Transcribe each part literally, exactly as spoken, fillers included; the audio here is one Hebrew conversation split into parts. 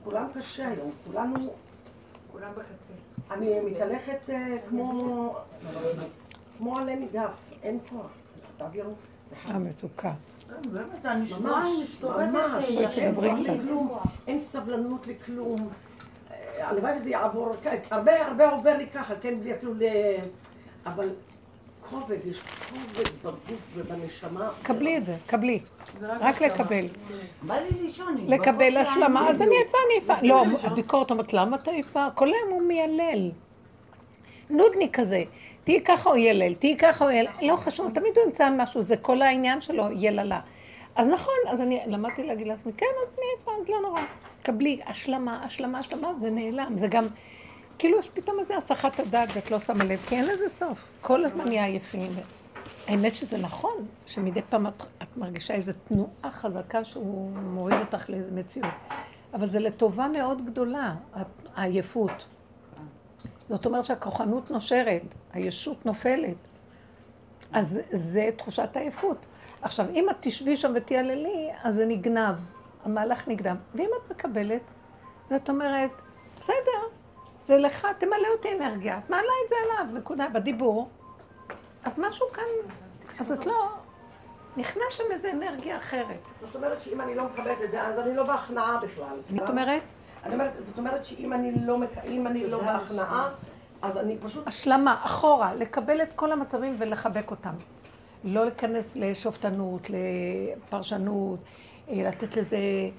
כולם קשה היום, כולנו... כולם בחצי. אני מתהלכת כמו... כמו עלה נידף, אין כוח. תעבירו. המצוקה. ממש, ממש. אין סבלנות לכלום. הלוואי שזה יעבור, הרבה הרבה עובר לי ככה, כן, בלי אפילו ל... אבל כובד, יש כובד בגוף ובנשמה. קבלי את זה, קבלי. רק לקבל. בא לי לישון. לקבל השלמה, אז אני יפה, אני יפה. לא, הביקורת אומרת, למה אתה יפה? כל היום הוא מיילל. נודני כזה. תהי ככה או ילל, תהי ככה או ילל. לא חשוב, תמיד הוא ימצא משהו, זה כל העניין שלו, יללה. אז נכון, אז אני למדתי להגיד לעצמי, כן, אז אני יפה, אז לא נורא. קבלי השלמה, השלמה, השלמה, זה נעלם. זה גם, כאילו יש פתאום איזה הסחת הדעת, ואת לא שמה לב, כי אין לזה סוף. כל הזמן נהיה יפים. האמת שזה נכון, שמדי פעם את, את מרגישה איזו תנועה חזקה שהוא מוריד אותך לאיזו מציאות. אבל זה לטובה מאוד גדולה, העייפות. זאת אומרת שהכוחנות נושרת, הישות נופלת. אז זה תחושת העייפות. עכשיו, אם את תשבי שם ותיעללי, אז זה נגנב, המהלך נגנב. ואם את מקבלת, ואת אומרת, בסדר, זה לך, תמלא אותי אנרגיה. את מעלה את זה עליו, נקודה, בדיבור. אז משהו כאן, אז את לא, נכנס שם איזו אנרגיה אחרת. זאת אומרת שאם אני לא מקבלת את זה, אז אני לא בהכנעה בכלל. זאת אומרת? אני אומרת, זאת אומרת שאם אני לא, אם אני לא בהכנעה, אז אני פשוט... השלמה, אחורה, לקבל את כל המצבים ולחבק אותם. לא להיכנס לשופטנות, לפרשנות, לתת לזה...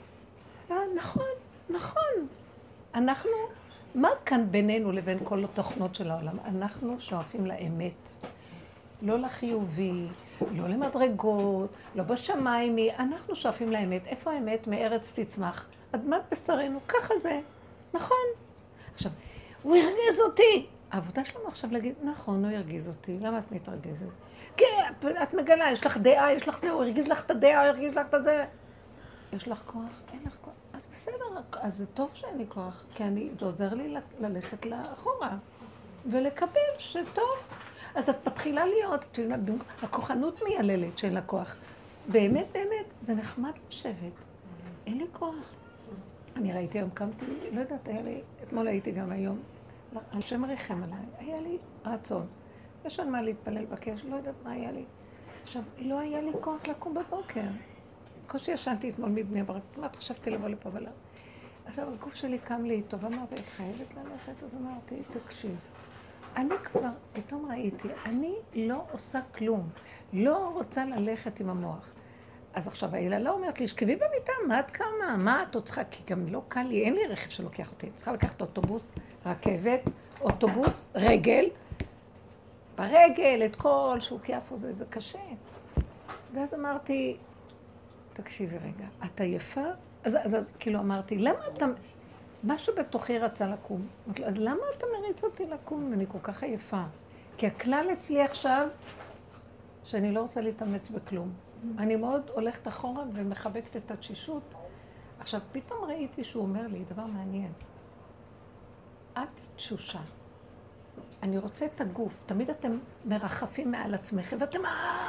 נכון, נכון. אנחנו, מה כאן בינינו לבין כל התוכנות של העולם? אנחנו שואפים לאמת. לא לחיובי, לא למדרגות, לא בשמיים, אנחנו שואפים לאמת. איפה האמת? מארץ תצמח. אדמת בשרנו, ככה זה. נכון. עכשיו, הוא הרגיז אותי. העבודה שלנו עכשיו להגיד, נכון, הוא הרגיז אותי. למה את מתרגזת? כי את מגלה, יש לך דעה, יש לך זה, הוא הרגיז לך את הדעה, הוא הרגיז לך את זה. יש לך כוח? אין לך כוח. אז בסדר, אז זה טוב שאין לי כוח, כי אני, זה עוזר לי ללכת לאחורה ולקבל שטוב. אז את מתחילה להיות, הכוחנות מייללת של הכוח. באמת, באמת, זה נחמד לשבת. אין לי כוח. אני ראיתי היום, קמתי, לא יודעת, היה לי, אתמול הייתי גם היום, השם ריחם עליי, היה לי רצון. יש על מה להתפלל בקש, לא יודעת מה היה לי. עכשיו, לא היה לי כוח לקום בבוקר. בקושי ישנתי אתמול מבני ברק, כמעט חשבתי לבוא לפה ולא. עכשיו, הגוף שלי קם לי טוב, אמרתי, את חייבת ללכת? אז אמרתי, תקשיב. אני כבר, פתאום ראיתי, אני לא עושה כלום, לא רוצה ללכת עם המוח. אז עכשיו היללה אומרת לי, שכבי במיטה, מה את קמה? מה את עוד צריכה? כי גם לא קל לי, אין לי רכב שלוקח אותי. צריכה לקחת אוטובוס, רכבת, אוטובוס, רגל, ברגל, את כל שוק יפו, זה, זה קשה. ואז אמרתי, תקשיבי רגע, את עייפה? אז, אז כאילו אמרתי, למה אתה... משהו בתוכי רצה לקום. אז למה אתה מריץ אותי לקום? אני כל כך עייפה. כי הכלל אצלי עכשיו, שאני לא רוצה להתאמץ בכלום. אני מאוד הולכת אחורה ומחבקת את התשישות. עכשיו, פתאום ראיתי שהוא אומר לי דבר מעניין. את תשושה. אני רוצה את הגוף. תמיד אתם מרחפים מעל עצמכם, ואתם...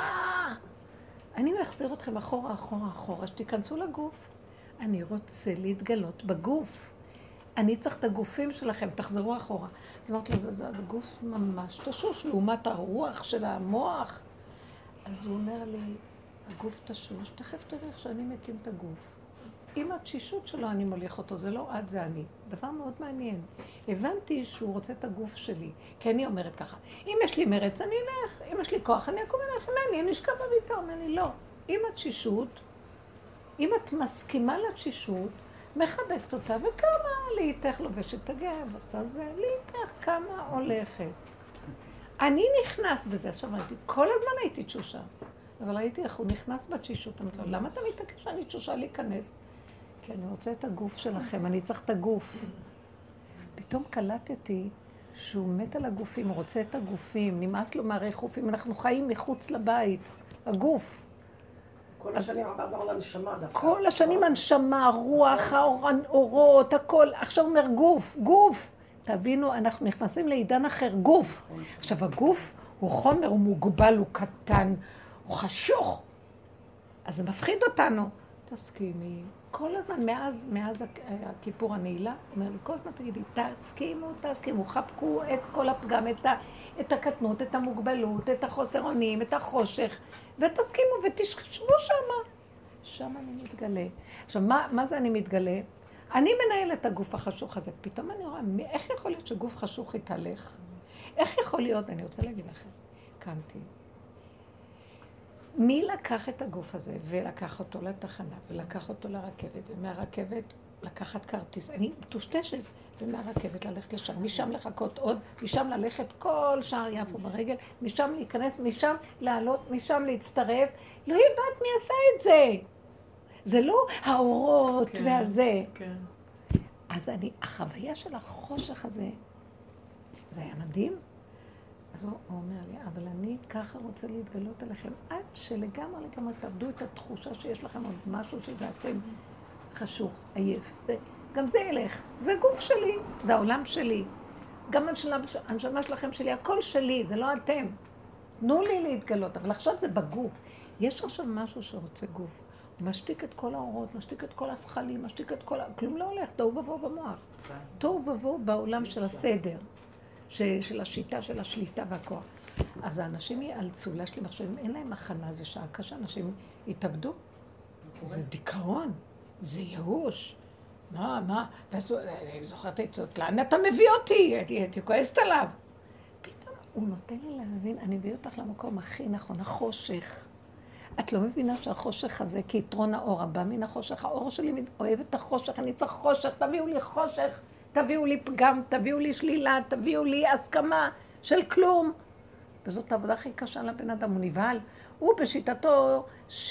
אני מחזיר אתכם אחורה, אחורה, אחורה, שתיכנסו לגוף. אני רוצה להתגלות בגוף. אני צריך את הגופים שלכם, תחזרו אחורה. אז אמרתי לו, זה הגוף ממש תשוש, לעומת הרוח של המוח. אז הוא אומר לי, הגוף תשוש, תכף תראה איך שאני מקים את הגוף. עם התשישות שלו אני מוליך אותו, זה לא את, זה אני. דבר מאוד מעניין. הבנתי שהוא רוצה את הגוף שלי, כי אני אומרת ככה, אם יש לי מרץ, אני אלך, אם יש לי כוח, אני אקום אלך, אני, אני אשכב בביתה, אומר לי, לא. עם התשישות, אם את מסכימה לתשישות, מחבקת אותה, וכמה לאיתך לובשת את הגב, עושה זה, לאיתך כמה הולכת. אני נכנס בזה, עכשיו ראיתי, כל הזמן הייתי תשושה, אבל ראיתי איך הוא נכנס בתשישות, אמרתי לו, למה אתה מתעקש שאני תשושה להיכנס? כי אני רוצה את הגוף שלכם, אני צריך את הגוף. פתאום קלטתי שהוא מת על הגופים, הוא רוצה את הגופים, נמאס לו מהרי חופים, אנחנו חיים מחוץ לבית, הגוף. כל השנים עברנו על הנשמה דווקא. כל השנים הנשמה, רוח, האורות, הכל. עכשיו אומר גוף, גוף. תבינו, אנחנו נכנסים לעידן אחר, גוף. עכשיו הגוף הוא חומר, הוא מוגבל, הוא קטן, הוא חשוך. אז זה מפחיד אותנו. תסכימי. כל הזמן, מאז, מאז הכיפור הנעילה, אומר לי, כל הזמן תגידי, תסכימו, תסכימו, חבקו את כל הפגם, את, ה, את הקטנות, את המוגבלות, את החוסר אונים, את החושך, ותסכימו ותשבו שמה. שם אני מתגלה. עכשיו, מה, מה זה אני מתגלה? אני מנהל את הגוף החשוך הזה. פתאום אני רואה, איך יכול להיות שגוף חשוך יתהלך? איך יכול להיות? אני רוצה להגיד לכם, קמתי. מי לקח את הגוף הזה ולקח אותו לתחנה ולקח אותו לרכבת, ומהרכבת לקחת כרטיס, אני מטושטשת, ומהרכבת ללכת לשם, משם לחכות עוד, משם ללכת כל שער יפו ברגל, משם להיכנס, משם לעלות, משם להצטרף, לא יודעת מי עשה את זה. זה לא האורות כן, והזה. כן. אז אני, החוויה של החושך הזה, זה היה מדהים. אז הוא אומר לי, אבל אני ככה רוצה להתגלות עליכם, עד שלגמרי לגמרי תעבדו את התחושה שיש לכם עוד משהו שזה אתם חשוך, עייף. זה, גם זה ילך, זה גוף שלי, זה העולם שלי. גם הנשמה שלכם שלי, הכל שלי, זה לא אתם. תנו לי להתגלות, אבל עכשיו זה בגוף. יש עכשיו משהו שרוצה גוף. הוא משתיק את כל האורות, משתיק את כל השכלים, משתיק את כל... כלום לא הולך, תוהו ובוהו במוח. תוהו ובוהו בעולם של הסדר. של השיטה, של השליטה והכוח. אז האנשים ייאלצו להשלים מחשבים, אין להם הכנה, זה שעה קשה, אנשים יתאבדו. זה דיכאון, זה ייאוש. מה, מה? ואני זוכרת את זאת, לאן אתה מביא אותי? הייתי כועסת עליו. פתאום הוא נותן לי להבין, אני מביא אותך למקום הכי נכון, החושך. את לא מבינה שהחושך הזה, כי יתרון האור הבא מן החושך, האור שלי אוהב את החושך, אני צריך חושך, תביאו לי חושך. תביאו לי פגם, תביאו לי שלילה, תביאו לי הסכמה של כלום. וזאת העבודה הכי קשה לבן אדם, הוא נבהל. הוא בשיטתו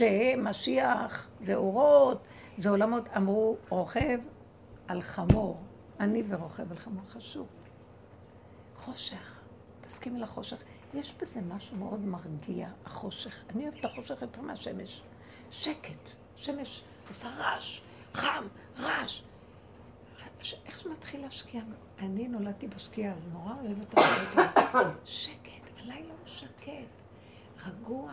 שמשיח זה אורות, זה עולמות, אמרו רוכב על חמור. אני ורוכב על חמור חשוך. חושך, תסכימי לחושך. יש בזה משהו מאוד מרגיע, החושך. אני אוהבת את החושך יותר מהשמש. שקט, שמש עושה רעש, חם, רעש. איך שמתחיל להשקיע? אני נולדתי בשקיעה, אז נורא אוהבת את השקיעה. שקט, הלילה הוא שקט, רגוע,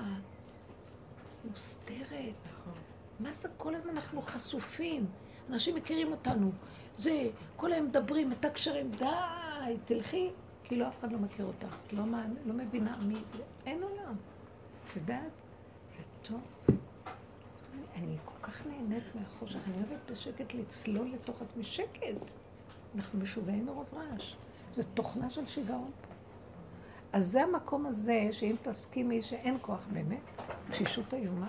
מוסתרת. מה זה כל הזמן אנחנו חשופים? אנשים מכירים אותנו. זה, כל היום מדברים, מתקשרים, די, תלכי. כאילו אף אחד לא מכיר אותך, את לא, לא מבינה מי זה. אין עולם. את יודעת? זה טוב. אני כל כך נהנית מהחושך, אני אוהבת בשקט לצלול לתוך עצמי, שקט. אנחנו משוגעים מרוב רעש. זו תוכנה של שיגעון פה. אז זה המקום הזה, שאם תסכימי שאין כוח באמת, תשישות איומה.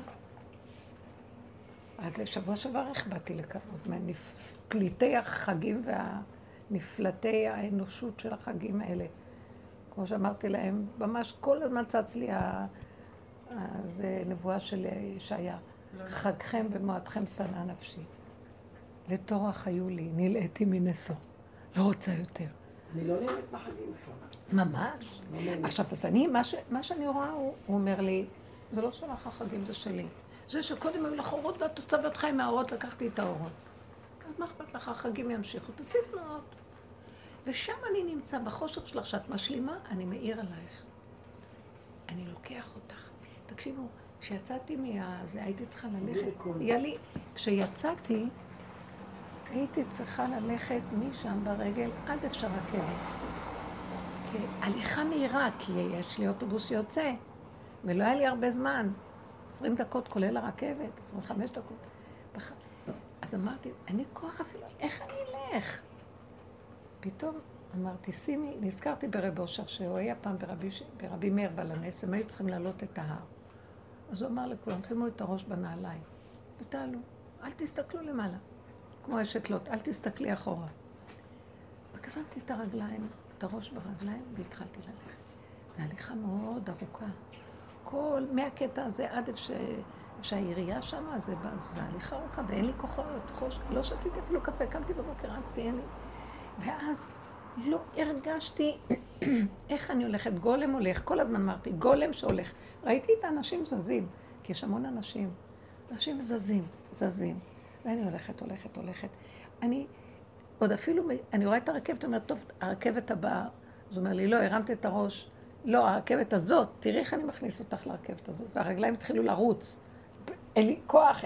עד שבוע שעבר איך באתי לכאן, עוד מהפליטי החגים והנפלטי האנושות של החגים האלה. כמו שאמרתי להם, ממש כל הזמן צץ לי, זה נבואה של ישעיה. חגכם ומועדכם שנאה נפשי. לתורך היו לי, נלאיתי מנסו. לא רוצה יותר. אני לא נהנית בחגים כבר. ממש. עכשיו, אז אני, מה, ש, מה שאני רואה, הוא, הוא אומר לי, זה לא שלך החגים, זה שלי. זה שקודם היו לך אורות ואת תסתובבת חיים מהאורות, לקחתי את האורות. אז מה אכפת לך, החגים ימשיכו, תעשי את מאוד. ושם אני נמצא, בחושך שלך, שאת משלימה, אני מאיר עלייך. אני לוקח אותך. תקשיבו, כשיצאתי מהזה, הייתי צריכה ללכת, היה לי, כשיצאתי, הייתי צריכה ללכת משם ברגל עד אפשר רכבת. הליכה מהירה, כי יש לי אוטובוס שיוצא, ולא היה לי הרבה זמן, עשרים דקות כולל הרכבת, עשרים וחמש דקות. אז אמרתי, אני כוח אפילו, איך אני אלך? פתאום אמרתי, שימי, נזכרתי ברב אושר, שהוא היה פעם ברבי, ברבי מאיר בלנס, הם היו צריכים לעלות את ההר. אז הוא אמר לכולם, שימו את הראש בנעליים, ותעלו, אל תסתכלו למעלה, כמו אשת לוט, אל תסתכלי אחורה. וכזמתי את הרגליים, את הראש ברגליים, והתחלתי ללכת. זו הליכה מאוד ארוכה. כל, מהקטע הזה עד ש... שהעירייה שם, זה, זה הליכה ארוכה, ואין לי כוחות, חוש, לא שתיתי אפילו קפה, קמתי בבוקר, רצתי, אין לי. ואז לא הרגשתי איך אני הולכת, גולם הולך, כל הזמן אמרתי, גולם שהולך. ראיתי את האנשים זזים, כי יש המון אנשים, אנשים זזים, זזים. ואני הולכת, הולכת, הולכת. אני עוד אפילו, אני רואה את הרכבת, אומרת, טוב, הרכבת הבאה, אז אומר לי, לא, הרמת את הראש, לא, הרכבת הזאת, תראי איך אני מכניס אותך לרכבת הזאת, והרגליים התחילו לרוץ. אין לי כוח,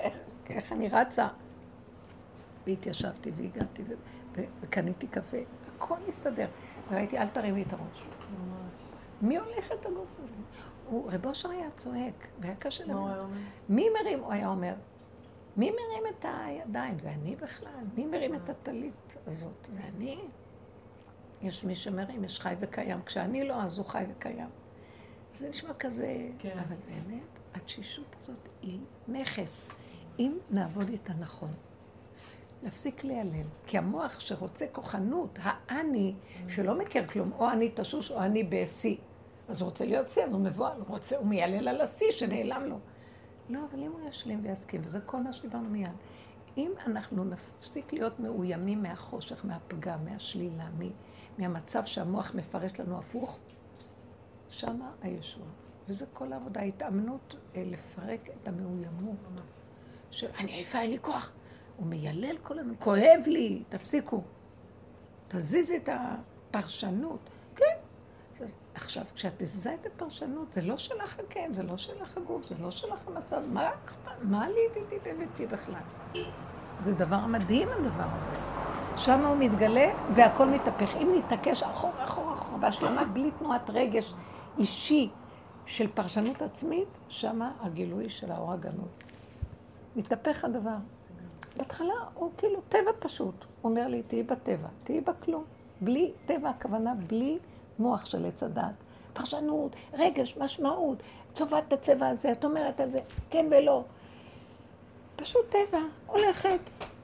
איך אני רצה. והתיישבתי והגעתי וקניתי קפה. הכל מסתדר. וראיתי, אל תרימי את הראש. מי הולך את הגוף הזה? הוא, רב אושר היה צועק, והיה קשה למה. מי מרים, הוא היה אומר, מי מרים את הידיים? זה אני בכלל. מי מרים את הטלית הזאת? זה אני. יש מי שמרים, יש חי וקיים. כשאני לא, אז הוא חי וקיים. זה נשמע כזה, כן. אבל באמת, התשישות הזאת היא נכס. אם נעבוד איתה נכון, להפסיק להיעלל. כי המוח שרוצה כוחנות, האני, שלא מכיר כלום, או אני תשוש או אני בסי, אז הוא רוצה להיות סי, אז הוא מבועל, הוא רוצה, הוא מיילל על הסי שנעלם לו. לא, אבל אם הוא ישלים ויסכים, וזה כל מה שדיברנו מיד, אם אנחנו נפסיק להיות מאוימים מהחושך, מהפגם, מהשלילה, מהמצב שהמוח מפרש לנו הפוך, שמה הישועה. וזה כל העבודה, ההתאמנות לפרק את המאוימות. של אני עייפה, אין לי כוח. הוא מיילל כל הזמן, כואב לי, תפסיקו. תזיזי את הפרשנות. כן. עכשיו, כשאת מזיזה את הפרשנות, זה לא שלך הכאב, זה לא שלך הגוף, זה לא שלך המצב. מה, מה לי איתי בביתי בכלל? זה דבר מדהים הדבר הזה. שם הוא מתגלה והכל מתהפך. אם נתעקש אחור, אחור, אחור, בהשלמה בלי תנועת רגש אישי של פרשנות עצמית, שם הגילוי של האור הגנוז. מתהפך הדבר. בהתחלה הוא כאילו טבע פשוט. הוא אומר לי, תהי בטבע, תהי בכלום. בלי טבע, הכוונה בלי מוח של עץ הדעת. פרשנות, רגש, משמעות, צובעת את הצבע הזה, את אומרת על זה, כן ולא. פשוט טבע, הולכת,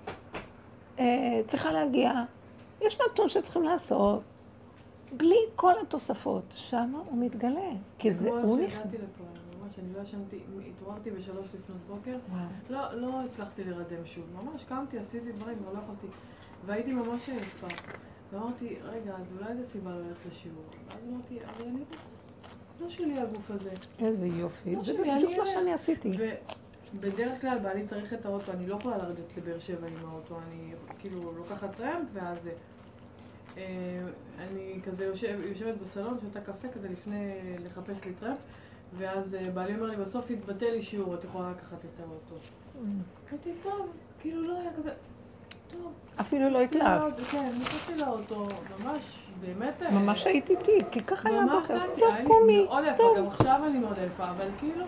אה, צריכה להגיע. יש נתון שצריכים לעשות. בלי כל התוספות, שמה הוא מתגלה. כי זה הוא נכנס. אני לא ישנתי, התעוררתי בשלוש לפנות בוקר, לא, לא הצלחתי לרדם שוב, ממש קמתי, עשיתי דברים, אבל לא יכולתי, והייתי ממש עייפה, ואמרתי, רגע, אז אולי זה סיבה ללכת לשיעור, ואז אמרתי, אבל אני רוצה, לא שלי הגוף הזה. איזה יופי, זה בדיוק מה שאני עשיתי. ובדרך כלל בעלי צריך את האוטו, אני לא יכולה לרדת לבאר שבע עם האוטו, אני כאילו לוקחת טרמפ, ואז אני כזה יושבת בסלון, שותה קפה כזה לפני לחפש לי טרמפ, ואז בעלי אומר לי, בסוף התבטא לי שיעור, את יכולה לקחת את האוטו. אמרתי, טוב, כאילו לא היה כזה, טוב. אפילו לא התלהב. כן, נכנסתי לאוטו, ממש, באמת... ממש הייתי איתי, כי ככה היה בוקר. טוב, קומי, מאוד יפה, גם עכשיו אני מאוד יפה, אבל כאילו...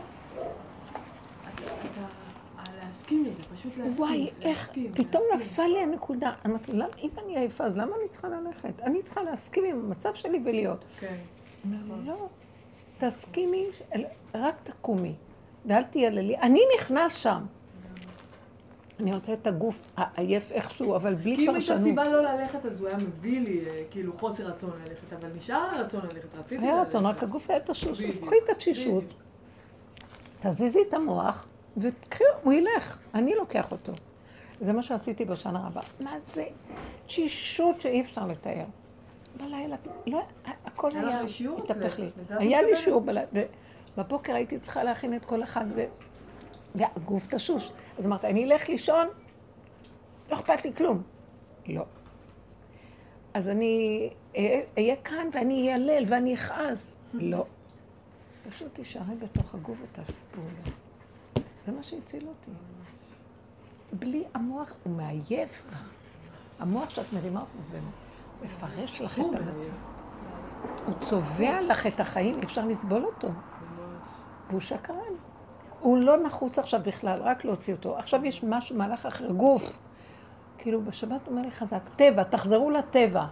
להסכים לזה, פשוט להסכים. וואי, איך, פתאום נפל לי הנקודה. אמרתי, אם אני עייפה, אז למה אני צריכה ללכת? אני צריכה להסכים עם המצב שלי ולהיות. כן. לא. תסכימי, רק תקומי, ואל תייללי. אני נכנס שם. אני רוצה את הגוף העייף איכשהו, אבל בלי פרשנות. כי אם את הסיבה לא ללכת, אז הוא היה מביא לי כאילו חוסר רצון ללכת, אבל נשאר הרצון ללכת, רציתי ללכת. היה רצון, רק הגוף היה תשוש, אז קחי את התשישות, תזיזי את המוח, והוא ילך, אני לוקח אותו. זה מה שעשיתי בשנה הבאה. מה זה? תשישות שאי אפשר לתאר. בלילה, לא, הכל היה, התהפך לי. היה לי שיעור בלילה, ובבוקר הייתי צריכה להכין את כל החג, והגוף תשוש. אז אמרת, אני אלך לישון, לא אכפת לי כלום. לא. אז אני אהיה כאן ואני איילל ואני אכעס. לא. פשוט תישארי בתוך הגוף ותעשי פעולה. זה מה שהציל אותי. בלי המוח, הוא מעייף. המוח שאת מרימה אותו ובאמת. מפרש לך את המצב. הוא צובע לך את החיים, אפשר לסבול אותו. והוא שקרן. הוא לא נחוץ עכשיו בכלל, רק להוציא אותו. עכשיו יש משהו, מהלך אחר, גוף. כאילו בשבת אומר לי חזק, טבע, תחזרו לטבע.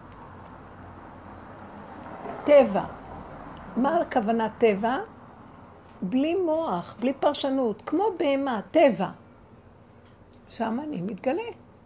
טבע. מה הכוונה טבע? בלי מוח, בלי פרשנות, כמו בהמה, טבע. שם אני מתגלה.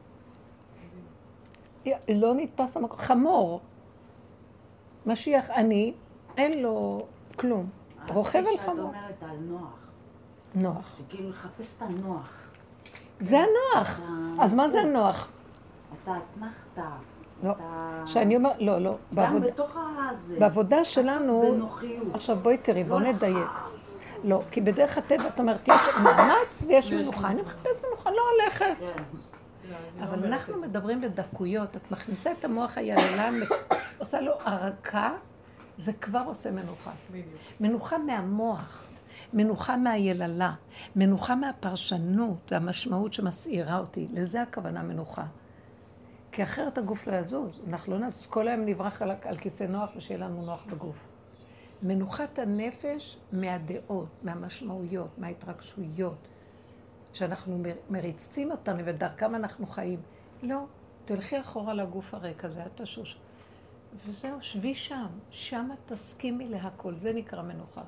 לא נתפס המקום, חמור. משיח אני, אין לו כלום. רוכב על חמור. את אומרת על נוח. נוח. שכאילו לחפש את הנוח. זה הנוח. אז מה זה הנוח? אתה התנחת. לא. שאני אומר, לא, לא. גם בתוך הזה. בעבודה שלנו... בנוחיות. עכשיו בואי תראי, בוא נדייק. לא, כי בדרך הטבע את אומרת, יש מאמץ ויש מנוחה. אני מחפש מנוחה, לא הולכת. אבל אנחנו מדברים בדקויות, את מכניסה את המוח היללן, עושה לו ערקה, זה כבר עושה מנוחה. מנוחה מהמוח. מנוחה מהיללה, מנוחה מהפרשנות והמשמעות שמסעירה אותי. לזה הכוונה מנוחה. כי אחרת הגוף לא יזוז. אנחנו לא נזוז. כל היום נברח על, על כיסא נוח ושיהיה לנו נוח בגוף. מנוחת הנפש מהדעות, מהמשמעויות, מההתרגשויות, שאנחנו מריצים אותנו ודרכם אנחנו חיים. לא, תלכי אחורה לגוף הריק הזה, את תשוש. וזהו, שבי שם, שם תסכימי להכל, זה נקרא מנוחה.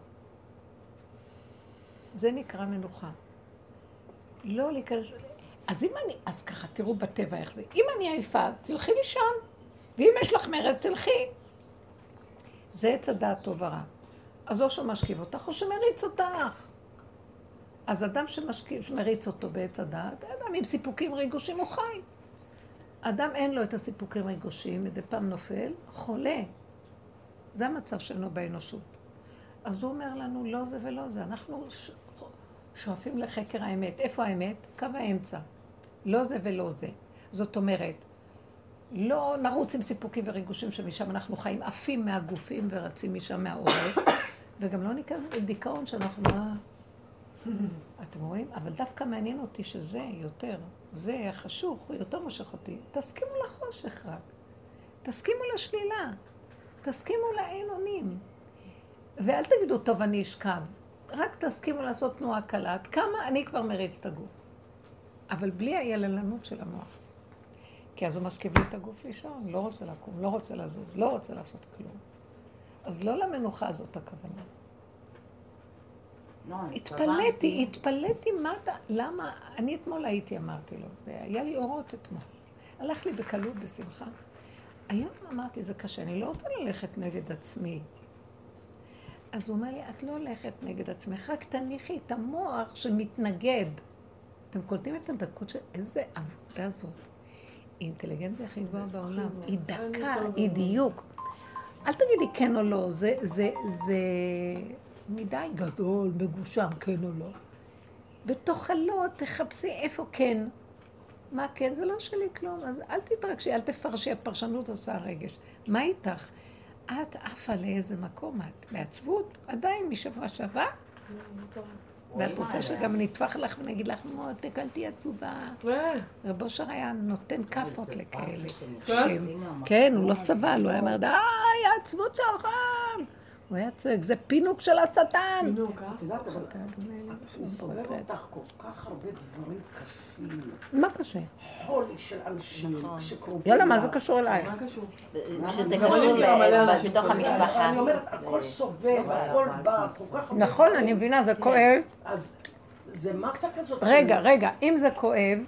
זה נקרא מנוחה. לא להיכנס... אז אם אני... אז ככה, תראו בטבע איך זה. אם אני עייפה, תלכי לישון. ואם יש לך מרץ, תלכי. זה עץ הדעת טוב ורע. אז או שמשכיב אותך, או שמריץ אותך. אז אדם שמשכיב, שמריץ אותו בעץ הדעת, אדם עם סיפוקים ריגושים הוא חי. אדם אין לו את הסיפוקים ריגושים, מדי פעם נופל, חולה. זה המצב שלנו באנושות. אז הוא אומר לנו, לא זה ולא זה. אנחנו ש... שואפים לחקר האמת. איפה האמת? קו האמצע. לא זה ולא זה. זאת אומרת, לא נרוץ עם סיפוקים וריגושים שמשם אנחנו חיים עפים מהגופים ורצים משם מהעורף, וגם לא ניכנס לדיכאון שאנחנו... אתם רואים? אבל דווקא מעניין אותי שזה יותר, זה החשוך, הוא יותר מושך אותי. תסכימו לחושך רק. תסכימו לשלילה. תסכימו לאין אונים. ואל תגידו, טוב, אני אשכב. רק תסכימו לעשות תנועה קלה. עד כמה אני כבר מריץ את הגוף. אבל בלי היללנות של המוח. כי אז הוא משכיב לי את הגוף לישון. לא רוצה לקום, לא רוצה לזוז, לא רוצה לעשות כלום. אז לא למנוחה הזאת הכוונה. התפלאתי, התפלאתי מה אתה, למה, אני אתמול הייתי, אמרתי לו, והיה לי אורות אתמול. הלך לי בקלות, בשמחה. היום אמרתי, זה קשה, אני לא רוצה ללכת נגד עצמי. אז הוא אומר לי, את לא הולכת נגד עצמך, רק תניחי את המוח שמתנגד. אתם קולטים את הדקות של איזה עבודה זאת. היא אינטליגנציה הכי גבוהה בעולם. היא דקה, היא דיוק. אל תגידי כן או לא, זה, זה, זה מדי גדול, מגושם, כן או לא. בתוך הלא, תחפשי איפה כן. מה כן? זה לא שלי כלום. אז אל תתרגשי, אל תפרשי, הפרשנות עושה רגש. מה איתך? את עפה לאיזה מקום, את בעצבות, עדיין משבוע שעבר. ואת רוצה שגם נטפח לך ונגיד לך, מותק, אל תהי עצובה. רב אושר היה נותן כפות לכאלה. כן, הוא לא סבל, הוא היה אומר, די, העצבות שלכם. הוא היה צועק, זה פינוק של השטן. פינוק, אה? את יודעת, אבל הוא סובב אותך כל כך הרבה דברים קשים. מה קשה? חולי של אנשים שקרובים. יאללה, מה זה קשור אליי? מה קשור? שזה קשור בתוך המשפחה. אני אומרת, הכל סובב, הכל בא, כל כך הרבה... נכון, אני מבינה, זה כואב. אז זה מסה כזאת... רגע, רגע, אם זה כואב,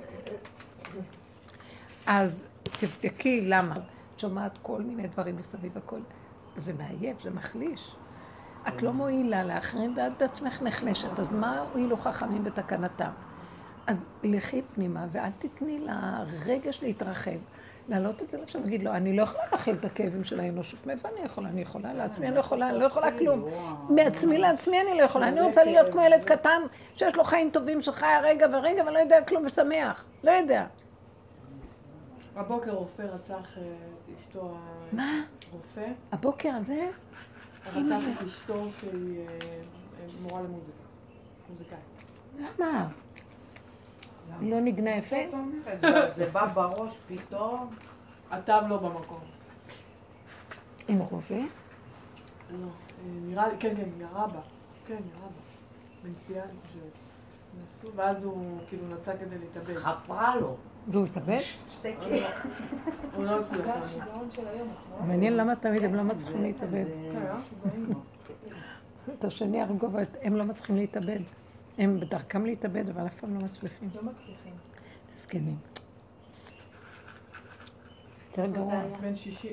אז תבדקי למה. את שומעת כל מיני דברים מסביב הכל. זה מעייף, זה מחליש. את לא מועילה לאחרים ואת בעצמך נחלשת, אז מה הועילו חכמים בתקנתם? אז לכי פנימה ואל תתני לרגש להתרחב. להעלות את זה עכשיו ולהגיד לו, אני לא יכולה להכיל את הכאבים של האנושות. מאיפה אני יכולה? אני יכולה לעצמי, אני לא יכולה, אני לא יכולה כלום. מעצמי לעצמי אני לא יכולה. אני רוצה להיות כמו ילד קטן שיש לו חיים טובים שחי הרגע ורגע ולא יודע כלום ושמח. לא יודע. הבוקר רופא רצח את אשתו... מה? רופא? הבוקר הזה? רצח את אשתו שהיא מורה למוזיקה. מוזיקאית. למה? לא נגנה יפה? זה בא בראש פתאום. התו לא במקום. עם רופא? לא, נראה לי, כן, כן, ירה בה. כן, ירה בה. בנסיעה, אני חושבת. נסו, ואז הוא כאילו נסע כדי להתאבד. חפרה לו. והוא התאבד? שתי כאלה. הוא לא התאבד. מעניין למה תמיד הם לא מצליחים להתאבד. את השני הרגו, אבל הם לא מצליחים להתאבד. הם בדרכם להתאבד, אבל אף פעם לא מצליחים. לא מצליחים. סקנים. יותר גרוע. בן שישי...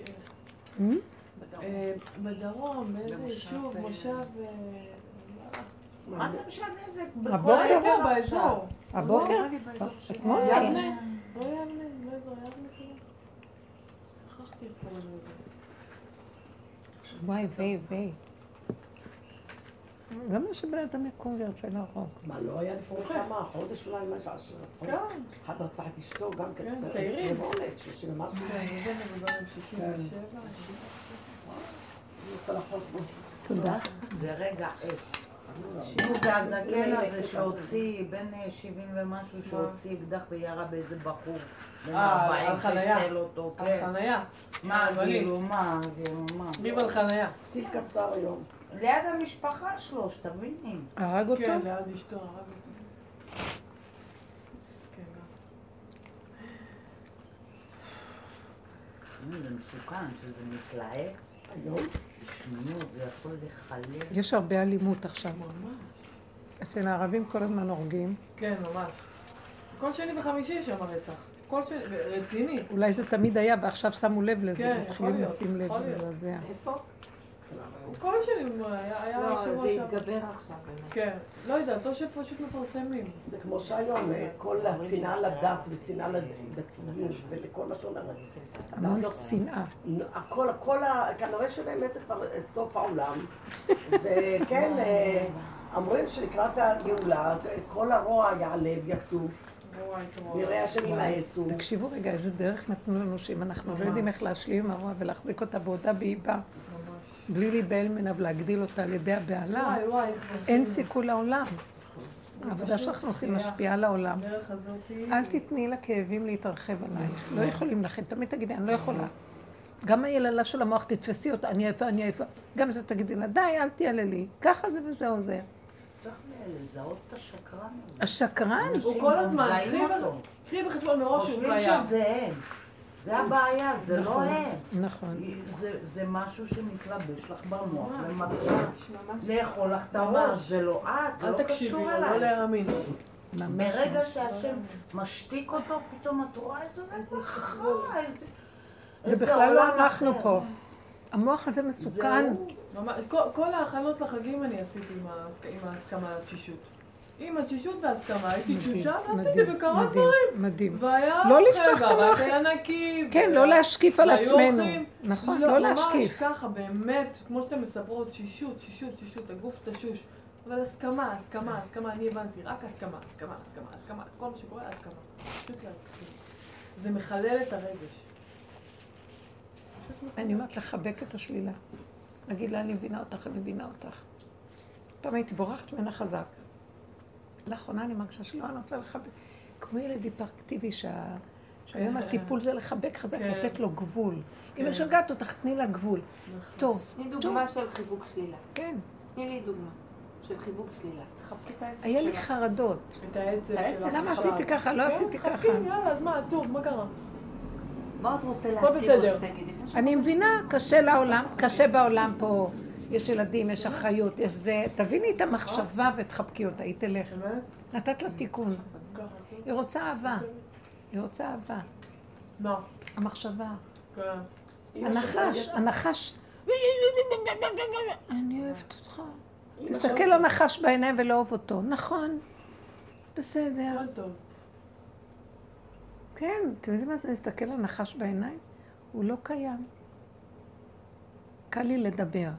בדרום, באיזה יישוב, מושב... מה זה משנה זה? הבוקר? באזור. הבוקר? אתמול? יבנה? לא יבנה, לא אזור יבנה כאילו. שכחתי איך קוראים לזה. וואי, וואי, וואי. גם מה שבן אדם יקום וירצה להרוג. מה, לא היה לפני כמה, חודש אולי, משהו שרצו? כן. אחד רצה את אשתו, גם כן. כן, צעירים. צבעולת, שלושים ומשהו. כן, זה מבוגר עם שישים ושבע. אני רוצה לחוק בו. תודה. זה רגע אש. שהוא והזקן הזה שהוציא, בן שבעים ומשהו, שהוציא אקדח וירה באיזה בחור. אה, על חניה. חיסל אותו, על כן. חניה. מה, כאילו, מה, כאילו, מה? ריב על חניה. טיל קצר היום. ליד המשפחה שלו, שתביני. הרג אותו? כן, ליד אשתו, הרג אותו. מסכנה. זה מסוכן שזה מתלהב. היום? שמיות, זה יכול לחלק. יש הרבה אלימות עכשיו. ממש. אצל הערבים כל הזמן הורגים. כן, ממש. כל שני וחמישי יש שם רצח. כל שני, רציני. אולי זה תמיד היה, ועכשיו שמו לב לזה. כן, יכול מתחילים להיות, לשים לב יכול להיות. לזה. איפה? כל שני היה, היה לא, שבוע זה שעבר. התגבר עכשיו באמת. כן, לא יודעת, או שפשוט מפרסמים. זה כמו שהיום, כל השנאה לדת ושנאה לדתיים ולכל מה שאומר. המון שנאה. הכל, הכל, ה- כנראה שבאמת זה כבר סוף העולם. וכן, אה, אומרים שלקראת הגאולה, כל הרוע יעלה ויצוף, וואי, כמו... נראה השם ימאסו. תקשיבו רגע, איזה דרך נתנו לנו שאם אנחנו לא יודעים איך להשלים עם הרוע ולהחזיק אותה בעודה באיבה, ממש. בלי להיבהל ממנה ולהגדיל אותה על ידי הבעלה, וואי, וואי, איך זה... אין סיכוי לעולם. העבודה שאנחנו עושים משפיעה על העולם. הדרך הזאת היא... אל תתני לכאבים להתרחב עלייך, לא יכולים לכם, תמיד תגידי, אני לא יכולה. גם היללה של המוח, תתפסי אותה, אני עייפה, אני עייפה. גם זה תגידי לה, די, אל תיעלה לי, ככה זה וזה עוזר. צריך לזהות את השקרן הזה. השקרן? הוא כל הזמן, מזהים קחי אותו. בח- קחי בחשבון מראש שהוא חושבים קיים. שזה הם. זה הבעיה, זה לא נכון, הם. נכון. זה- זה משהו שמתלבש לך במוח ממש. ומתחיל ממש. לאכול לך את ממש. הראש, זה לא את, זה אל לא תקשיבי קשור לו, לא אליי. להאמין. ממש. ברגע שהשם משתיק אותו, פתאום את רואה איזה רווחה, איזה... זה איזה בכלל לא עולם אנחנו אחר. פה. המוח הזה מסוכן. זהו. ממש, כל, כל ההכנות לחגים אני עשיתי עם, ההסכ... עם ההסכמה לתשישות. עם התשישות וההסכמה, הייתי מדהים, תשושה ועשיתי מדהים, וקרה מדהים, דברים. מדהים. והיה לא אוכל, לפתוח את והבית המוח. היה נקי. כן, והיה- לא להשקיף על והיו עצמנו. אוכלים. נכון, לא להשקיף. ממש ככה, באמת, כמו שאתם מספרות, תשישות, תשישות, תשישות, הגוף תשוש. אבל הסכמה, הסכמה, הסכמה, אני הבנתי, רק הסכמה, הסכמה, הסכמה, הסכמה, כל מה שקורה, הסכמה. פשוט להסכים. זה מחלל את הרגש. אני אומרת לחבק את השלילה. להגיד לה, אני מבינה אותך, אני מבינה אותך. פעם הייתי בורחת ממנה חזק. לאחרונה אני מרגישה שלא, אני רוצה לחבק. כמו ילד היפראקטיבי, שה... שהיום הטיפול זה לחבק חזק, כן. לתת לו גבול. אם כן. משגעת אותך, תני לה גבול. טוב, תני טוב. דוגמה של חיבוק שלילה. כן. תני לי דוגמה של חיבוק שלילה. תחבקי את העצב היה לי שלך. חרדות. את העצב העצב, שלך. למה בכלל. עשיתי ככה? לא כן, עשיתי ככה. חכים, יאללה, אז מה, עצוב, מה קרה? מה את רוצה הכל להציג בסדר. אותי? תגידי. אני מבינה, קשה לעולם, קשה בעולם פה. יש ילדים, יש אחריות, יש זה. תביני את המחשבה ותחבקי אותה, היא תלך. באמת? נתת לה תיקון. ככה, היא רוצה אהבה. היא רוצה אהבה. מה? המחשבה. כן. הנחש, הנחש. אני אוהבת אותך. תסתכל לנחש בעיניים ולא אוהב אותו. נכון. בסדר. הכל טוב. כן, אתם יודעים מה זה להסתכל לנחש בעיניים? הוא לא קיים. קל לי לדבר.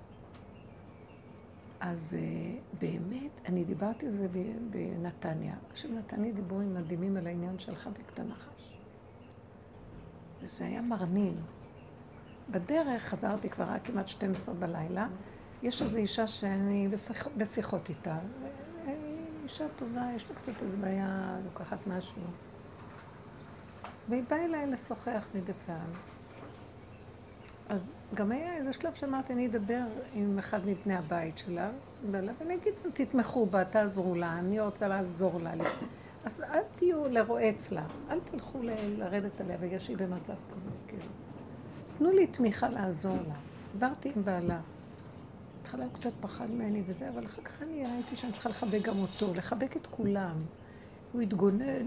אז uh, באמת, אני דיברתי על זה בנתניה. עכשיו נתן לי דיבורים מדהימים על העניין של לחבק את הנחש. וזה היה מרנין. בדרך חזרתי כבר רק כמעט שתים עשרה בלילה. יש איזו אישה שאני בשיח, בשיחות איתה. היא אישה טובה, יש לה קצת איזו בעיה, לוקחת משהו. והיא באה אליי לשוחח מדי פעם. אז גם היה איזה שלב שאמרתי, אני אדבר עם אחד מבני הבית שלה, ואני אגיד, תתמכו בה, תעזרו לה, אני רוצה לעזור לה. אז אל תהיו לרועץ לה, אל תלכו ל- לרדת עליה בגלל שהיא במצב כזה, כאילו. תנו לי תמיכה לעזור לה. דיברתי עם בעלה. התחלה הוא קצת פחד ממני וזה, אבל אחר כך אני ראיתי שאני צריכה לחבק גם אותו, לחבק את כולם. הוא התגונן,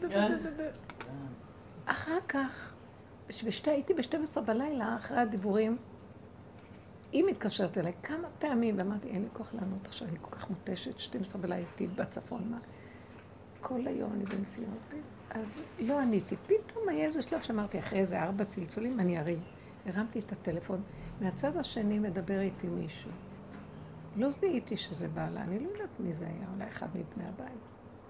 אחר כך, בשתי, הייתי ב-שתים עשרה בלילה, אחרי הדיבורים, היא מתקשרת אליי כמה פעמים, ואמרתי, אין לי כוח לענות עכשיו, אני כל כך מוטשת, שתים עשרה בלילה הייתי בצפון, מה? כל היום אני בנסיעות, אז לא עניתי. פתאום היה איזה שלב שאמרתי, אחרי איזה ארבע צלצולים, אני ארים. הרמתי את הטלפון, מהצד השני מדבר איתי מישהו. לא זיהיתי שזה בעלה, אני לא יודעת מי זה היה, אולי אחד מבני הבית.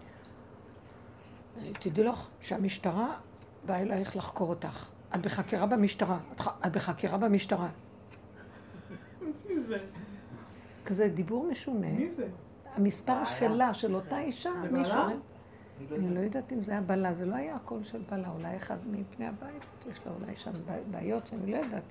תדעי לך שהמשטרה באה אלייך לחקור אותך. את בחקירה במשטרה. את, ח... את בחקירה במשטרה. מי זה? כזה דיבור משונה. מי זה? המספר שלה, של אותה אישה, זה מישהו... בעלה? אני לא יודעת אם זה היה בעלה, זה לא היה הכל של בעלה, אולי אחד מפני הבית, יש לה אולי שם בעיות שאני לא ידעתי.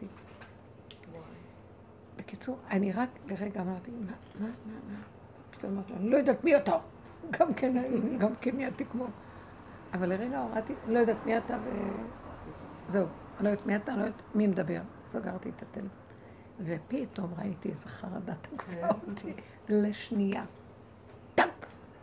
בקיצור, אני רק לרגע אמרתי, מה, מה, מה, מה? פתאום אמרתי, אני לא יודעת מי אתה. גם כן, גם כן נהייתי כמו... אבל לרגע אמרתי, אני לא יודעת מי אתה וזהו, אני לא יודעת מי אתה, אני לא יודעת מי מדבר. סגרתי את הטלפון. ופתאום ראיתי איזה חרדה תקפה אותי לשנייה. טק!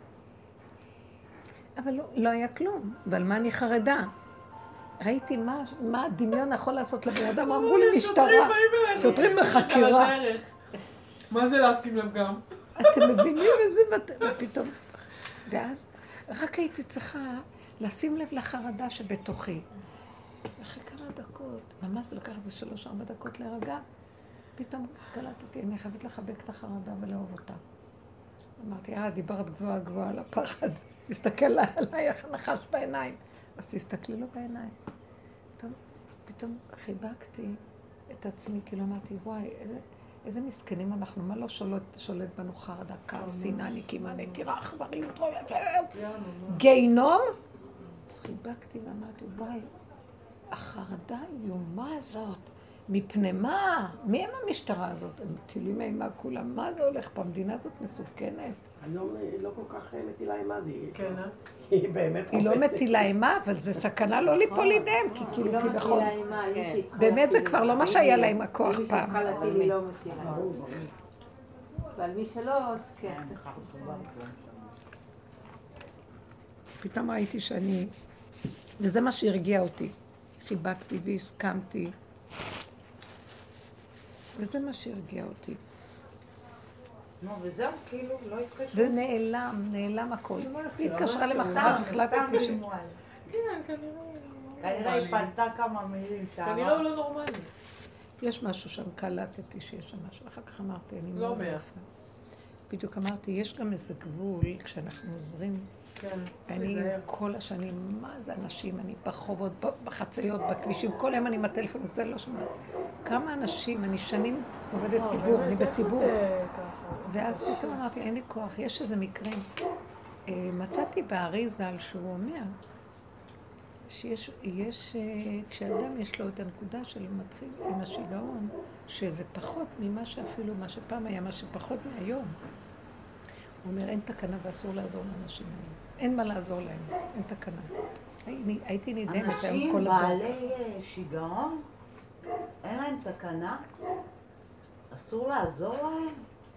אבל לא, לא היה כלום. ועל מה אני חרדה? ראיתי מה, מה הדמיון יכול לעשות לבן אדם. אמרו לי משטרה. שוטרים בחקירה. מה זה להסכים להם גם? אתם מבינים איזה... ופתאום... ואז רק הייתי צריכה לשים לב לחרדה שבתוכי. אחרי כמה דקות, ממש זה לקח איזה שלוש, ארבע דקות להירגע, פתאום קלטתי, אני חייבת לחבק את החרדה ולאהוב אותה. אמרתי, אה, דיברת גבוהה גבוהה על הפחד. מסתכל עליי, איך נחש בעיניים. אז תסתכלי לו בעיניים. פתאום, פתאום חיבקתי את עצמי, כאילו אמרתי, וואי, איזה, איזה מסכנים אנחנו, מה לא שולט, שולט בנו חרדה, כעס, שנאה, נקימה, נטירה, אכזריות, גיהינום? אז חיבקתי ואמרתי, וואי, החרדה האיומה הזאת, מפני מה? מי הם המשטרה הזאת? הם מטילים אימה כולם, מה זה הולך פה? המדינה הזאת מסוכנת. היום היא לא כל כך מטילה אימה, כן, אה? היא באמת... היא לא מטילה אימה, אבל זה סקנה לא ליפול לידיהם, כי כאילו כביכול... באמת זה כבר לא מה שהיה להם הכוח פעם. מי שצריכה להטיל היא לא מטילה. ועל מי שלא, אז כן. פתאום ראיתי שאני... וזה מה שהרגיע אותי. חיבקתי והסכמתי. וזה מה שהרגיע אותי. נו, וזהו, כאילו, לא התקשרו. ונעלם, נעלם הכל. היא התקשרה למחרת, החלטתי ש... כן, כנראה. כנראה היא פלטה כמה מילים שם. כנראה הוא לא נורמלי. יש משהו שם, קלטתי שיש שם משהו. אחר כך אמרתי, אני לא מאוד ביחד. יפה. בדיוק אמרתי, יש גם איזה גבול, כשאנחנו עוזרים. כן. אני כל השנים, מה זה אנשים, אני ברחובות, בחציות, בכבישים, כל היום אני עם הטלפון, זה לא שומעת. כמה אנשים, אני שנים עובדת ציבור, אני בציבור. ואז פתאום אמרתי, אין לי כוח, יש איזה מקרים. מצאתי בארי ז"ל שהוא אומר, שיש, יש, כשאדם יש לו את הנקודה של מתחיל עם השיגעון, שזה פחות ממה שאפילו, מה שפעם היה, מה שפחות מהיום. הוא אומר, אין תקנה ואסור לעזור לאנשים האלה. אין מה לעזור להם, אין תקנה. הייתי נדהמת היום כל הדור. אנשים בעלי שיגעון, אין להם תקנה, אסור לעזור להם.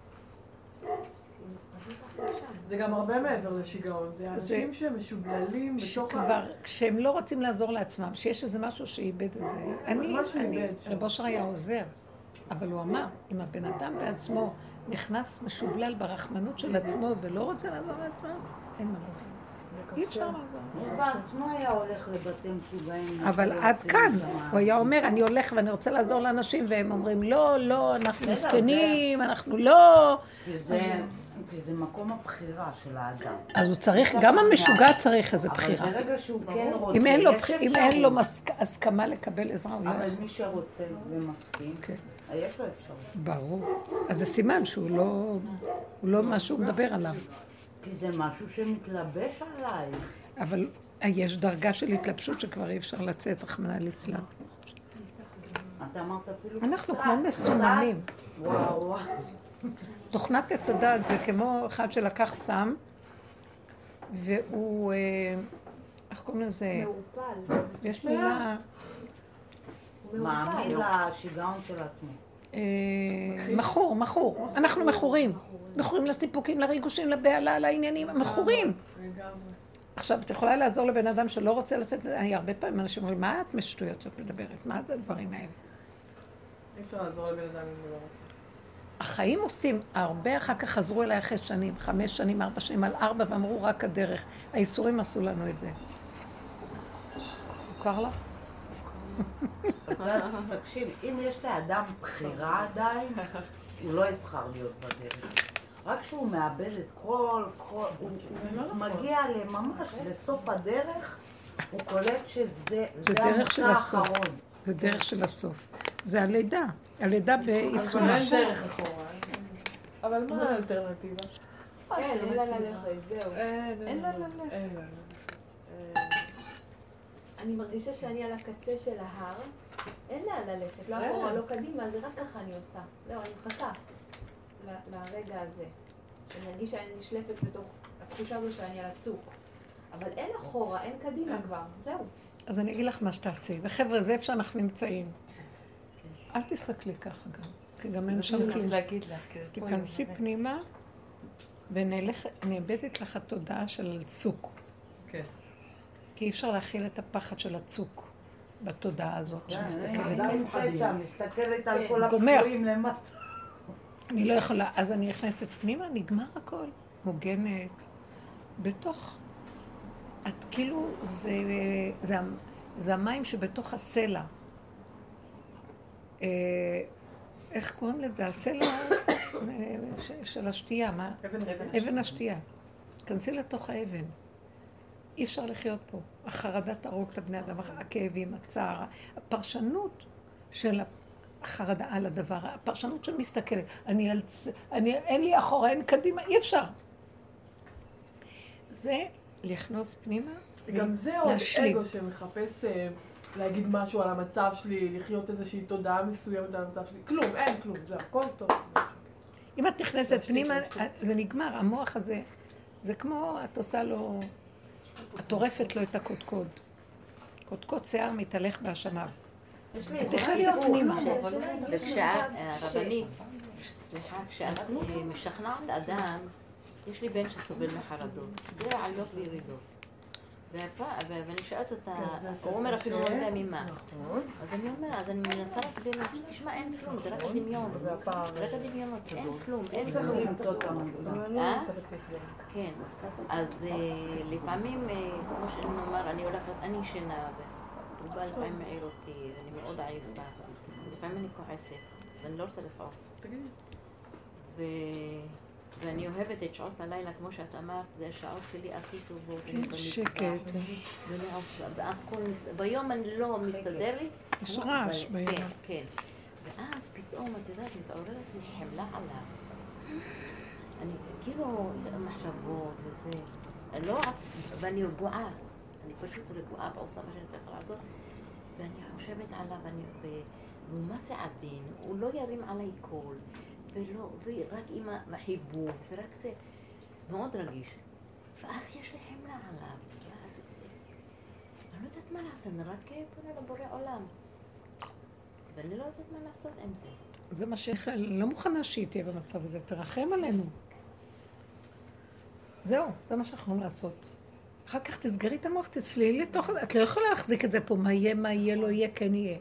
זה גם הרבה מעבר לשיגעון, זה אנשים שמשובללים בתוך... שכבר, כשהם לא רוצים לעזור לעצמם, שיש איזה משהו שאיבד איזה... אני, אני, רב אושר היה עוזר, אבל הוא אמר, אם הבן אדם בעצמו נכנס משובלל ברחמנות של עצמו ולא רוצה לעזור לעצמו, אין מה לעזור. אי אפשר לעזור. הוא בעצמו היה הולך לבתי משוגעים. אבל עד כאן, הוא היה אומר, אני הולך ואני רוצה לעזור לאנשים, והם אומרים, לא, לא, אנחנו מסכנים, אנחנו לא... כי זה מקום הבחירה של האדם. אז הוא צריך, גם המשוגע צריך איזו בחירה. אבל ברגע שהוא כן רוצה, אם אין לו, אם אין לו הסכמה לקבל עזרה, הוא לא יכול. אבל מי שרוצה ומסכים, יש לו אפשרות. ברור. אז זה סימן שהוא לא, הוא לא מה שהוא מדבר עליו. כי זה משהו שמתלבש עליי. אבל יש דרגה של התלבשות שכבר אי אפשר לצאת, רחמנא ליצלן. אתה אמרת אפילו... אנחנו כמו מסוממים. וואו וואו. תוכנת עץ הדעת זה כמו אחד שלקח סם, והוא, איך קוראים לזה? מעורפל. יש מילה... מאמין לשיגעון של עצמו. מכור, מכור. אנחנו מכורים. מכורים לסיפוקים, לריגושים, לבעלה, לעניינים, מכורים. עכשיו, את יכולה לעזור לבן אדם שלא רוצה לצאת, אני הרבה פעמים אנשים אומרים, מה את משטויות שאת מדברת? מה זה הדברים האלה? אי אפשר לעזור לבן אדם אם הוא לא רוצה. החיים עושים, הרבה אחר כך חזרו אליי אחרי שנים, חמש שנים, ארבע שנים, על ארבע, ואמרו רק הדרך. האיסורים עשו לנו את זה. מוכר לך? תקשיב, אם יש לאדם בחירה עדיין, הוא לא יבחר להיות בדרך. רק כשהוא מאבד את כל, כל, הוא מגיע ממש לסוף הדרך, הוא קולט שזה המוצא האחרון. זה דרך של הסוף. זה הלידה. הלידה בעיצומה. אבל אין דרך אחורה. אבל מה האלטרנטיבה? אין, אין לה ללכת, זהו. אין לה ללכת. אני מרגישה שאני על הקצה של ההר, אין לאן ללכת, לא אחורה, לא קדימה, זה רק ככה אני עושה. זהו, אני מחכה לרגע הזה, שאני ארגיש שאני נשלפת בתוך התחושה הזו שאני על הצוק. אבל אין אחורה, אין קדימה כבר, זהו. אז אני אגיד לך מה שתעשי, וחבר'ה, זה איפה שאנחנו נמצאים. אל תסתכלי ככה גם, כי גם אין שם כלום. תיכנסי פנימה, ונאבדת לך התודעה של הצוק. כן. כי אי אפשר להכיל את הפחד של הצוק בתודעה הזאת שמסתכלת. אני נמצאת שם, מסתכלת על כל הפצועים למטה. אני לא יכולה, אז אני נכנסת פנימה, נגמר הכל. מוגנת, בתוך, את כאילו, זה, זה, זה המים שבתוך הסלע. איך קוראים לזה? הסלע של השתייה, מה? אבן, אבן. אבן השתייה. כנסי לתוך האבן. אי אפשר לחיות פה. החרדה תהרוג את הבני אדם, הכאבים, הצער, הפרשנות של החרדה על הדבר, הפרשנות שמסתכלת. אני, אני, אין לי אחורה, אין קדימה, אי אפשר. זה לכנוס פנימה, גם זה עוד אגו שמחפש להגיד משהו על המצב שלי, לחיות איזושהי תודעה מסוימת על המצב שלי. כלום, אין כלום, זה הכל טוב. אם את נכנסת פנימה, זה נגמר, המוח הזה, זה כמו, את עושה לו, את עורפת לו את הקודקוד. קודקוד שיער מתהלך בהשמיו. את נכנסת פנימה. וכשאת, הרבנית, סליחה, כשאת משכנעת אדם, יש לי בן שסובל מחרדות. זה עליות וירידות. ואני שואלת אותה, הוא אומר אפילו לא יודע ממה. אז אני אומר, אז אני מנסה להסביר לה, תשמע, אין כלום, זה רק הדמיון. רק הדמיונות, אין כלום, אין כלום. למצוא את המוצא. כן, אז לפעמים, כמו שאני אומר, אני הולכת, אני ישנה, הוא בא לפעמים מעיר אותי, ואני מאוד עייפה. לפעמים אני כועסת, ואני לא רוצה לכעוס. ואני אוהבת את שעות הלילה, כמו שאת אמרת, זה השעות שלי הכי טובות. כן, שקט. ואני עושה, והכל, ביום אני לא מסתדר לי. יש רעש ביום. כן, כן. ואז פתאום, את יודעת, מתעוררת לי חמלה עליו. אני, כאילו, מחשבות וזה. לא, ואני רגועה. אני פשוט רגועה ועושה מה שאני צריכה לעשות. ואני חושבת עליו, והוא מה זה עדין, הוא לא ירים עליי קול. ולא, ורק עם החיבור, ורק זה מאוד רגיש. ואז יש לי חמלה עליו, ואז אני לא יודעת מה לעשות, אני רק פונה לבורא עולם. ואני לא יודעת מה לעשות עם זה. זה מה שאני לא מוכנה שהיא תהיה במצב הזה, תרחם עלינו. זהו, זה מה שאנחנו יכולים לעשות. אחר כך תסגרי את המוח, תצלילי לתוך זה, את לא יכולה להחזיק את זה פה, מה יהיה, מה יהיה, לא יהיה, כן יהיה.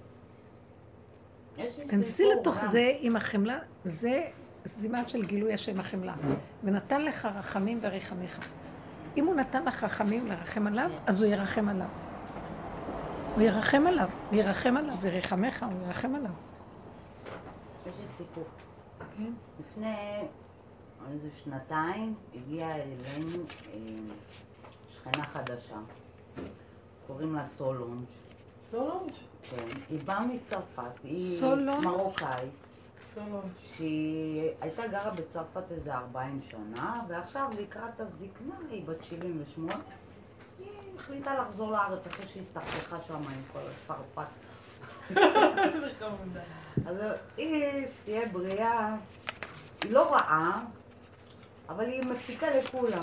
כנסי לתוך זה עם החמלה, זה זימן של גילוי השם החמלה. ונתן לך רחמים ורחמך. אם הוא נתן לך רחמים לרחם עליו, אז הוא ירחם עליו. הוא ירחם עליו, הוא ירחם עליו, ורחמך, הוא ירחם עליו. יש לי סיפור. כן. לפני איזה שנתיים הגיעה אלינו שכנה חדשה. קוראים לה סולונג'. סולונג'? כן, היא באה מצרפת, היא סולונג'? מרוקאית. סולונג'. שהיא הייתה גרה בצרפת איזה ארבעים שנה, ועכשיו לקראת הזקנה, היא בת שבעים ושמונה, היא החליטה לחזור לארץ אחרי שהיא הסתכסכה שם עם כל הצרפת. אז היא, שתהיה בריאה, היא לא רעה, אבל היא מציקה לכולם.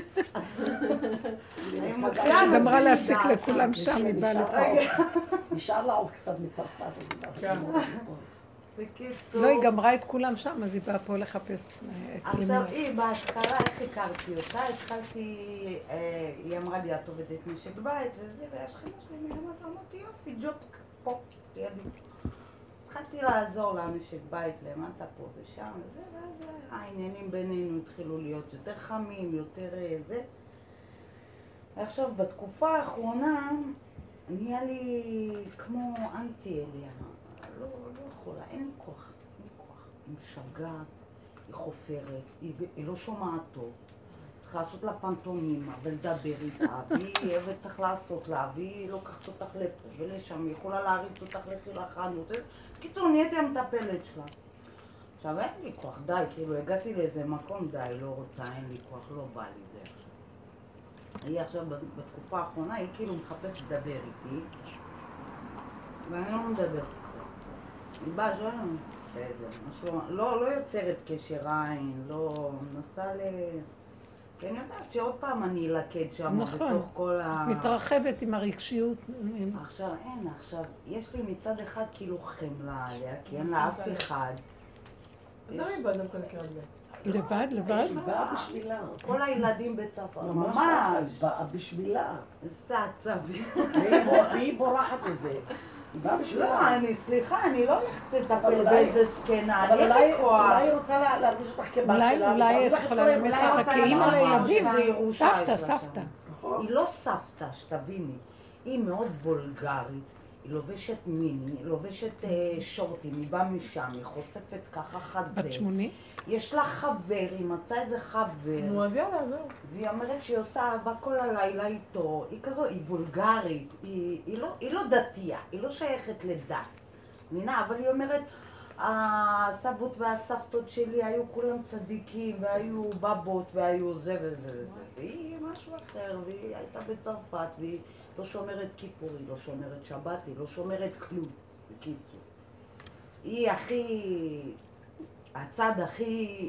היא גמרה להציק לכולם שם, היא באה לפה. נשאר לה עוד קצת מצרפת, אז היא באה. בקיצור... לא, היא גמרה את כולם שם, אז היא באה פה לחפש את לימוד. עכשיו היא, בהתחלה, איך הכרתי אותה? התחלתי, היא אמרה לי, את עובדת משק בית וזה, והשכנה שלי מלמד, אמרתי, יופי, ג'וב פה, לידי. אז התחלתי לעזור לה משק בית, למטה פה ושם וזה, ואז העניינים בינינו התחילו להיות יותר חמים, יותר זה. ועכשיו, בתקופה האחרונה, נהיה לי כמו אנטי אליה. לא, לא יכולה, אין לי כוח, אין לי כוח. היא משגעת, היא חופרת, היא, היא לא שומעת טוב. צריך לעשות לה פנטומימה ולדבר איתה, והיא וצריך לעשות לה, והיא לוקחת אותך לפה ולשם, היא יכולה להריץ אותך לכי לחנות. בקיצור, נהייתי המטפלת שלה. עכשיו אין לי כוח, די, כאילו הגעתי לאיזה מקום, די, לא רוצה, אין לי כוח, לא בא לי זה עכשיו. היא עכשיו בתקופה האחרונה, היא כאילו מחפשת לדבר איתי, ואני לא מדבר איתה. היא באה, שואלת, בסדר, משהו, לא, לא יוצרת קשר עין, לא, מנסה ל... כי אני יודעת שעוד פעם אני אלקד שם נכון. בתוך כל ה... מתרחבת עם הרגשיות. עכשיו אין, עכשיו, יש לי מצד אחד כאילו חמלה עליה, כי אין לה אף אחד. לא איבד דווקא לקראת בי. לבד, לבד? היא באה בשבילה. כל הילדים בצפת, ממש. ממש. באה בשבילה. איזה עצבי. והיא בורחת מזה. היא באה בשבילה. לא, אני, סליחה, אני לא הולכת לטפל אולי- באיזה זקנה, אבל אני אין אולי לי כוח. אולי היא רוצה לה- להרגיש אותך כבת אולי, שלה. אולי ותרגיש את לך את יכולה כל לאמץ הימים. אותה כאימא לילדים. זה ירושה סבתא, יש לה סבתא. שם. נכון. היא לא סבתא, שתביני. היא מאוד וולגרית, היא לובשת מיני, היא לובשת אה, שורטים, היא באה משם, היא חושפת ככה חזה. בת שמונים? יש לה חבר, היא מצאה איזה חבר. נו, אז יאללה, זהו. והיא אומרת שהיא עושה אהבה כל הלילה איתו, היא כזו, היא וולגרית, היא, היא, לא, היא לא דתייה, היא לא שייכת לדת. מבינה, אבל היא אומרת, הסבות והסבתות שלי היו כולם צדיקים, והיו בבות, והיו זה וזה וזה. והיא משהו אחר, והיא הייתה בצרפת, והיא לא שומרת כיפור, היא לא שומרת שבת, היא לא שומרת כלום, בקיצור. היא הכי, הצד הכי,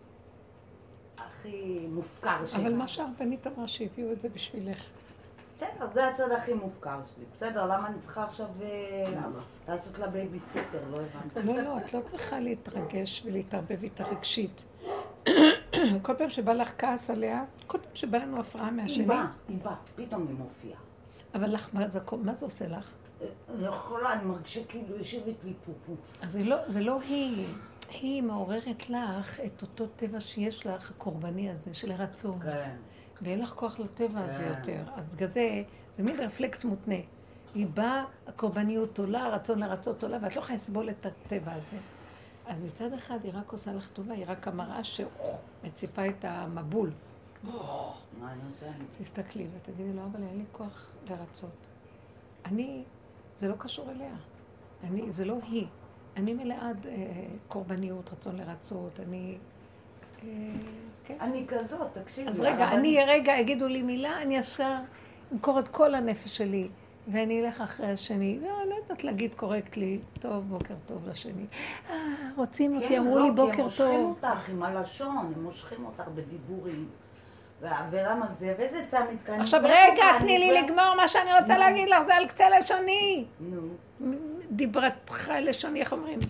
הכי מופקר שלה. אבל מה שהרבנית אמרה שהביאו את זה בשבילך. בסדר, זה הצד הכי מופקר שלי. בסדר, למה אני צריכה עכשיו למה? לעשות לה בייביסיטר? לא הבנתי. לא, לא, את לא צריכה להתרגש ולהתערבב איתה רגשית. כל פעם שבא לך כעס עליה, כל פעם שבא לנו הפרעה מהשני. היא באה, היא באה, פתאום היא מופיעה. אבל לך, מה זה, מה זה עושה לך? אני יכולה, אני מרגישה כאילו יושבת לי פה פה. אז זה לא, זה לא היא. היא מעוררת לך את אותו טבע שיש לך, הקורבני הזה, של הרצון. כן. ואין לך כוח לטבע הזה כן. יותר. אז בגלל זה, זה מין רפלקס מותנה. היא באה, הקורבניות עולה, הרצון לרצות עולה, ואת לא יכולה לסבול את הטבע הזה. אז מצד אחד היא רק עושה לך טובה, היא רק המראה שמציפה את המבול. מה אני עושה? תסתכלי ותגידי לו, אבל אין לי כוח לרצות. אני, זה לא קשור אליה. אני, זה לא היא. אני מלעד אה, קורבניות, רצון לרצות, אני... אה, כן. אני כזאת, תקשיבי. אז רגע, אני רגע, יגידו לי מילה, אני ישר אמכור את כל הנפש שלי, ואני אלך אחרי השני. לא, לא יודעת להגיד קורקטלי, טוב, בוקר טוב לשני. אה, רוצים אותי, אמרו לי בוקר כן, לא, כי הם טוב. מושכים אותך עם הלשון, הם מושכים אותך בדיבורים. ולמה זה, ואיזה צמד כאן. עכשיו רגע, תני לי לגמור מה שאני רוצה להגיד לך, זה על קצה לשוני. נו. דיברתך לשוני, איך אומרים?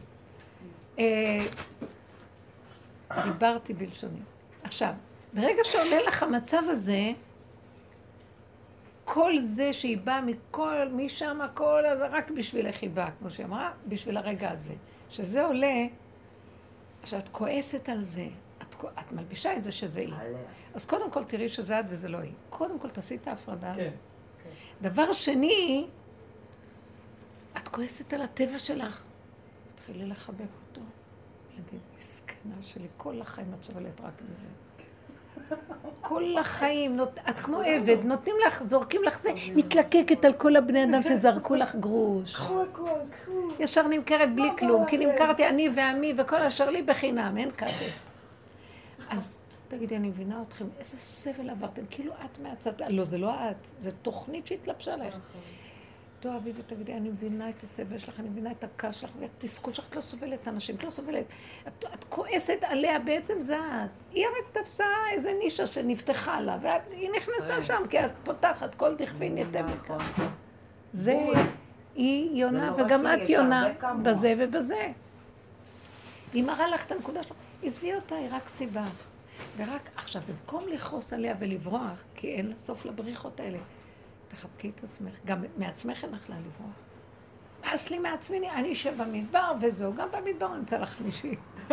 דיברתי בלשוני. עכשיו, ברגע שעולה לך המצב הזה, כל זה שהיא באה מכל, משם הכל, אז רק בשבילך היא באה, כמו שהיא אמרה, בשביל הרגע הזה. שזה עולה, שאת כועסת על זה, את, את מלבישה את זה שזה היא. עליה. אז קודם כל תראי שזה את וזה לא היא. קודם כל תעשי את ההפרדה הזאת. כן. דבר שני, את כועסת על הטבע שלך. תתחילי לחבק אותו. להגיד, מסכנה שלי, כל החיים את סובלת רק מזה. כל החיים, נות... את כמו עבד, נותנים לך, זורקים לך זה, מתלקקת על כל הבני אדם שזרקו לך גרוש. קחו הכל, קחו. ישר נמכרת בלי כלום, כי נמכרתי אני ועמי וכל אשר לי בחינם, אין כזה. אז תגידי, אני מבינה אתכם, איזה סבל עברתם, כאילו את מהצד, לא, זה לא את, זה תוכנית שהתלבשה לך. תאהבי ותגידי, אני מבינה את הסבל שלך, אני מבינה את הכעס שלך, ואת תסכול שלך, את לא סובלת אנשים, את לא סובלת. את, את כועסת עליה, בעצם זה את. היא רק תפסה איזה נישה שנפתחה לה, והיא נכנסה שם, כי את פותחת כל דכפין יתה מכאן. זה, היא יונה, וגם את יונה, בזה ובזה. היא מראה לך את הנקודה שלך, עזבי אותה, היא רק סיבה. ורק עכשיו, במקום לחוס עליה ולברוח, כי אין לה סוף לבריחות האלה, תחבקי את עצמך, גם מעצמך אין לך לה לברוח. אז לי מעצמי, אני אשב במדבר וזהו, גם במדבר אמצא לך מישהי.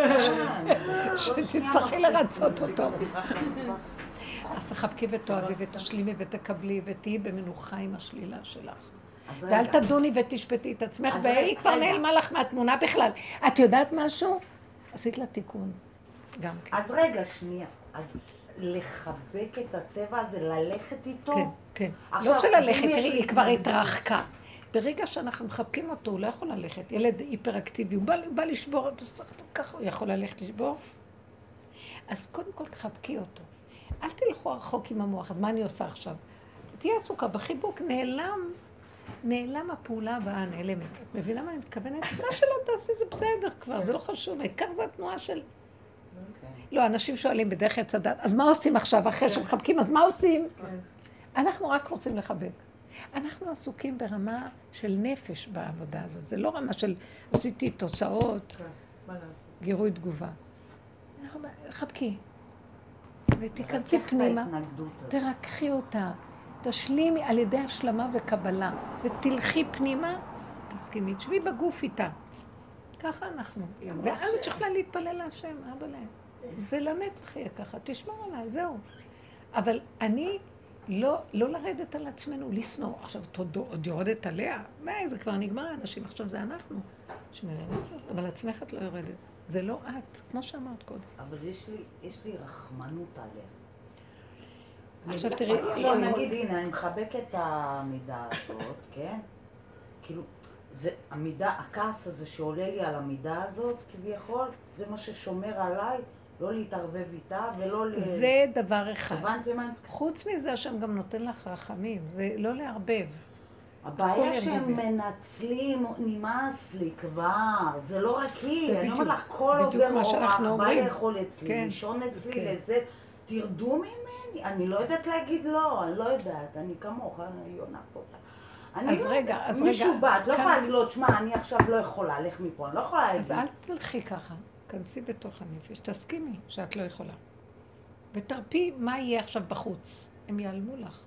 שתצטרכי לרצות אותו. אז תחבקי ותאהבי ותשלימי ותקבלי ותהיי במנוחה עם השלילה שלך. ואל תדוני ותשפטי את עצמך, והיא כבר נעלמה לך מהתמונה בכלל. את יודעת משהו? עשית לה תיקון. גם כן. אז רגע, שנייה. אז לחבק את הטבע הזה, ללכת איתו? כן, כן. עכשיו, לא של ללכת, אם יש תראי, לי היא כבר התנגדות. התרחקה. ברגע שאנחנו מחבקים אותו, הוא לא יכול ללכת. ילד היפראקטיבי, הוא בא, בא לשבור, ככה הוא יכול ללכת לשבור. אז קודם כל תחבקי אותו. אל תלכו רחוק עם המוח, אז מה אני עושה עכשיו? תהיה עסוקה בחיבוק, נעלם, נעלם הפעולה הבאה, נעלמת. את מבינה מה אני מתכוונת? מה שלא תעשי זה בסדר כבר, זה לא חשוב, העיקר זה התנועה של... לא, אנשים שואלים בדרך עץ הדת, אז מה עושים עכשיו אחרי שמחבקים, אז מה עושים? אנחנו רק רוצים לחבק. אנחנו עסוקים ברמה של נפש בעבודה הזאת, זה לא רמה של עשיתי תוצאות, גירוי תגובה. חבקי, ותיכנסי פנימה, תרכחי אותה, תשלימי על ידי השלמה וקבלה, ותלכי פנימה, תסכימי, תשבי בגוף איתה. ככה אנחנו. ואז את יכולה להתפלל להשם, אבא להם. זה לנצח יהיה ככה, תשמור עליי, זהו. אבל אני לא, לא לרדת על עצמנו, לשנוא. עכשיו, עוד יורדת עליה, זה כבר נגמר, אנשים, עכשיו זה אנחנו. שמרים את זה, אבל עצמך את לא יורדת. זה לא את, כמו שאמרת קודם. אבל יש לי, יש לי רחמנות עליה. עכשיו תראי... עכשיו נגיד, הנה, אני מחבקת את המידה הזאת, כן? כאילו, זה המידה, הכעס הזה שעולה לי על המידה הזאת, כביכול, זה מה ששומר עליי, לא להתערבב איתה ולא ל... זה דבר אחד. הבנת למה? חוץ מזה, השם גם נותן לך רחמים, זה לא לערבב. הבעיה שהם מנצלים, נמאס לי כבר, זה לא רק היא, אני אומרת לך, כל עובר אורח, בא לאכול אצלי, לישון אצלי, לזה, תרדו ממני, אני לא יודעת להגיד לא, אני לא יודעת, אני כמוך, אני יונה פה. אז רגע, אז רגע. מישהו בא, את לא יכולה להגיד לו, תשמע, אני עכשיו לא יכולה, לך מפה, אני לא יכולה להגיד. אז אל תלכי ככה, כנסי בתוך הנפש, תסכימי שאת לא יכולה. ותרפי מה יהיה עכשיו בחוץ, הם יעלמו לך.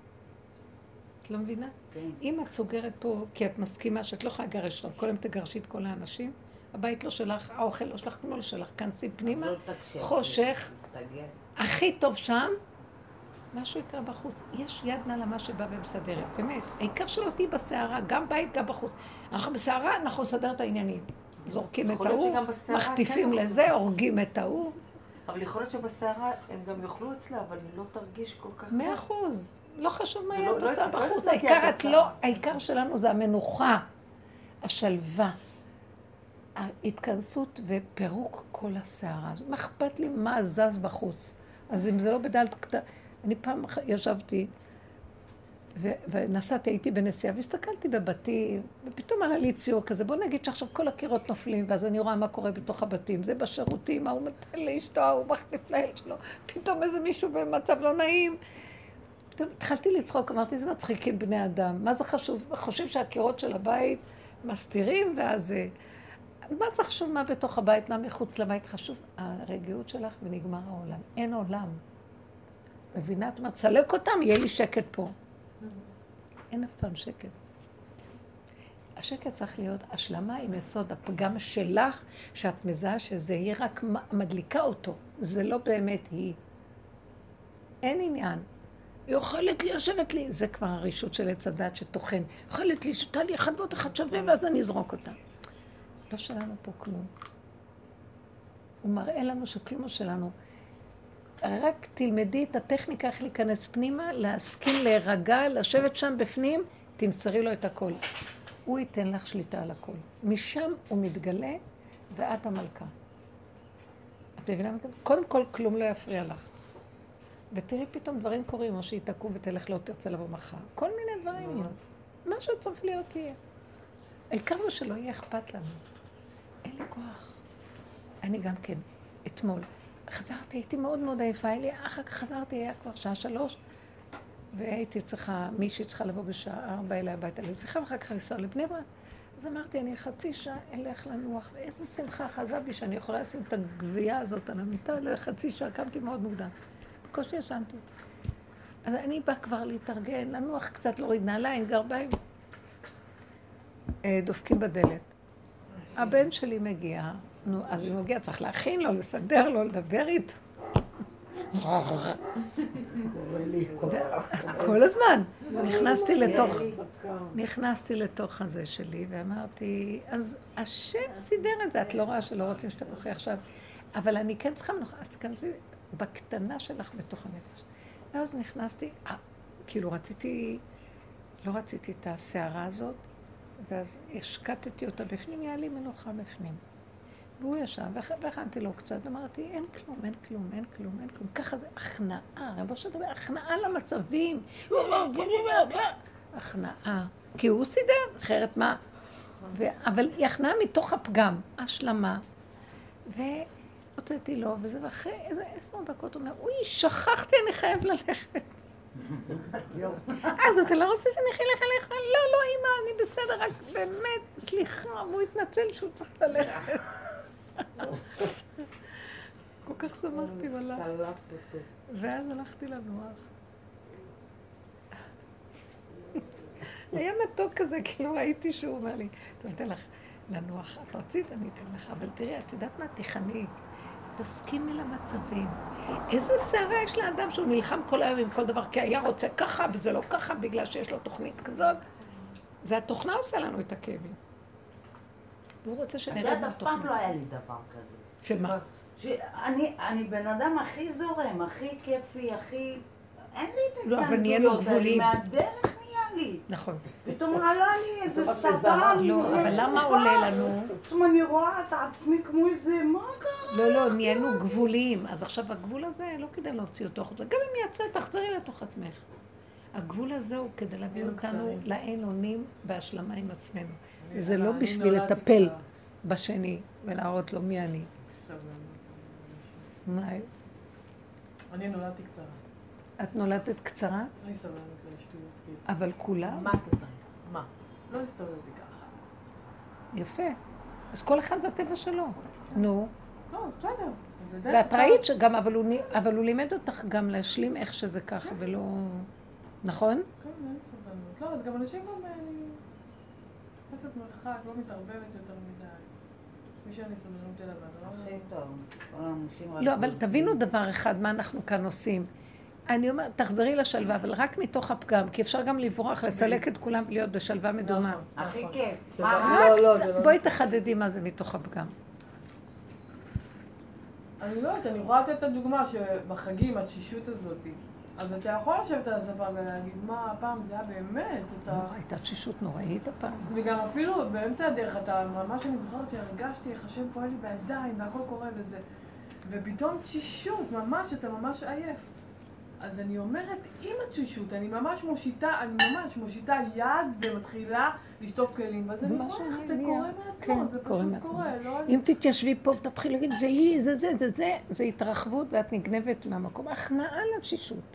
את לא מבינה? כן. אם את סוגרת פה, כי את מסכימה שאת לא יכולה לגרש אותם, כל יום תגרשי את כל האנשים, הבית לא שלך, האוכל לא שלך, כמו לא שלך, כנסי פנימה, חושך, הכי טוב שם, משהו יקרה בחוץ. יש יד נעלמה שבאה ומסדרת, באמת. העיקר שלא תהי בסערה, גם בית, גם בחוץ. אנחנו בסערה, אנחנו נסדר את העניינים. זורקים את ההוא, מחטיפים לזה, הורגים את ההוא. אבל יכול להיות שבסערה הם גם יאכלו אצלה, אבל היא לא תרגיש כל כך... מאה אחוז. לא חשוב מה יהיה תוצאה בחוץ. העיקר שלנו זה המנוחה, השלווה, ההתכנסות ופירוק כל הסערה הזאת. מה אכפת לי מה זז בחוץ? אז אם זה לא בדלת קטנה... אני פעם ישבתי ונסעתי, הייתי בנסיעה והסתכלתי בבתים, ופתאום עלה לי ציור כזה, בוא נגיד שעכשיו כל הקירות נופלים, ואז אני רואה מה קורה בתוך הבתים, זה בשירותים, ההוא מתן לאשתו, ההוא מחליף לילד שלו, פתאום איזה מישהו במצב לא נעים. פתאום התחלתי לצחוק, אמרתי, זה מצחיקים בני אדם, מה זה חשוב? חושבים שהקירות של הבית מסתירים, ואז... מה זה חשוב מה בתוך הבית, מה מחוץ לבית? חשוב הרגיעות שלך ונגמר העולם. אין עולם. מבינה? את אומרת, צלק אותם, יהיה לי שקט פה. אין אף פעם שקט. השקט צריך להיות השלמה עם יסוד הפגם שלך, שאת מזהה שזה יהיה רק מדליקה אותו. זה לא באמת היא. אין עניין. היא אוכלת לי, יושבת לי. זה כבר הרישות של עץ הדת שתוכן. אוכלת לי, שותה לי אחד ועוד אחד שווה, ואז אני אזרוק אותה. לא שלנו פה כלום. הוא מראה לנו שכלום שלנו. רק תלמדי את הטכניקה איך להיכנס פנימה, להסכים להירגע, לשבת שם בפנים, תמסרי לו את הכל. הוא ייתן לך שליטה על הכל. משם הוא מתגלה, ואת המלכה. את מבינה? קודם כל, כלום לא יפריע לך. ותראי פתאום דברים קורים, או שהיא תקום ותלך לא תרצה לבוא מחר. כל מיני דברים יהיו. מה שצריך להיות יהיה. העיקר הוא שלא יהיה אכפת לנו. אין לי כוח. אני גם כן, אתמול. חזרתי, הייתי מאוד מאוד עייפה, אחר כך חזרתי, היה כבר שעה שלוש, והייתי צריכה, מישהי צריכה לבוא בשעה ארבע אליי הביתה לשיחה, ואחר כך לנסוע לבני ברק. אז אמרתי, אני חצי שעה אלך לנוח, ואיזה שמחה חזה בי שאני יכולה לשים את הגבייה הזאת על המיטה לחצי שעה, קמתי מאוד מוקדם. בקושי ישנתי. אז אני באה כבר להתארגן, לנוח קצת, להוריד נעליים, גרביים. דופקים בדלת. הבן שלי מגיע, נו, אז הוא מגיע, צריך להכין לו, לסדר לו, לדבר איתו. כל הזמן. נכנסתי לתוך, נכנסתי לתוך הזה שלי, ואמרתי, אז השם סידר את זה, את לא רואה שלא רוצים שתנוחי עכשיו, אבל אני כן צריכה מנוחה, אז תכנסי בקטנה שלך בתוך הנפש. ואז נכנסתי, כאילו רציתי, לא רציתי את הסערה הזאת, ואז השקטתי אותה בפנים, היה לי מנוחה בפנים. והוא ישב, והכנתי לו קצת, ואמרתי, אין כלום, אין כלום, אין כלום, אין כלום. ככה זה הכנעה, רבו שדבר, הכנעה למצבים. הכנעה. כי הוא סידר, אחרת מה? אבל היא הכנעה מתוך הפגם, השלמה. והוצאתי לו, וזה ואחרי איזה עשר דקות הוא אומר, אוי, שכחתי, אני חייב ללכת. אז אתה לא רוצה שאני אלך אליך? לא, לא, אמא, אני בסדר, רק באמת, סליחה, הוא התנצל שהוא צריך ללכת. כל כך שמחתי מלך. ואז הלכתי לנוח. היה מתוק כזה, כאילו ראיתי שהוא אומר לי, אני אתן לך לנוח, את רצית, אני אתן לך, אבל תראי, את יודעת מה, תיכני, תסכימי למצבים. איזה שערה יש לאדם שהוא נלחם כל היום עם כל דבר, כי היה רוצה ככה וזה לא ככה, בגלל שיש לו תוכנית כזאת. זה התוכנה עושה לנו את הכאבים. והוא רוצה שנראה את אף פעם לא היה לי דבר כזה. שמה? שאני אני בן אדם הכי זורם, הכי כיפי, הכי... אין לי את לא, אבל נהיינו גבולים. מהדרך נהיה לי. נכון. פתאום עלה לי איזה סדן. לא, אבל למה עולה לנו? פתאום אני רואה את עצמי כמו איזה, מה קרה? לא, לא, נהיינו גבולים. אז עכשיו הגבול הזה, לא כדי להוציא אותו החוצה. גם אם יצא, תחזרי לתוך עצמך. הגבול הזה הוא כדי להביא אותנו לאין אונים בהשלמה עם עצמנו. זה לא בשביל לטפל בשני ולהראות לו מי אני. מה? אני נולדתי קצרה. את נולדת קצרה? אני סבלנות לשטויות. אבל כולה? מה אתה צריך? מה? לא להסתובב לי ככה. יפה. אז כל אחד בטבע שלו. נו. לא, בסדר. ואת ראית שגם, אבל הוא לימד אותך גם להשלים איך שזה ככה ולא... נכון? כן, אין סבלנות. לא, אז גם אנשים גם... תופסת מרחק, לא מתערבבת יותר מדי. מי שאני סבלנות אליו, הכי טוב. לא, אבל תבינו דבר אחד, מה אנחנו כאן עושים. אני אומרת, תחזרי לשלווה, אבל רק מתוך הפגם, כי אפשר גם לברוח, לסלק את כולם ולהיות בשלווה מדומה. הכי כיף. בואי תחדדי מה זה מתוך הפגם. אני לא יודעת, אני יכולה לתת את הדוגמה שבחגים, התשישות הזאת, אז אתה יכול לשבת על הספה ולהגיד, מה, הפעם זה היה באמת, אתה... הייתה תשישות נוראית הפעם. וגם אפילו באמצע הדרך, אתה ממש אני זוכרת שהרגשתי איך השם פועל לי בידיים והכל קורה וזה. ופתאום תשישות, ממש, אתה ממש עייף. אז אני אומרת, עם התשישות, אני ממש מושיטה, אני ממש מושיטה יד ומתחילה לשטוף כלים, ואז אני רואה איך זה קורה מעצמו, זה פשוט קורה, לא... אם תתיישבי פה ותתחיל להגיד, זה היא, זה זה, זה זה, זה התרחבות ואת נגנבת מהמקום, הכנעה לתשישות.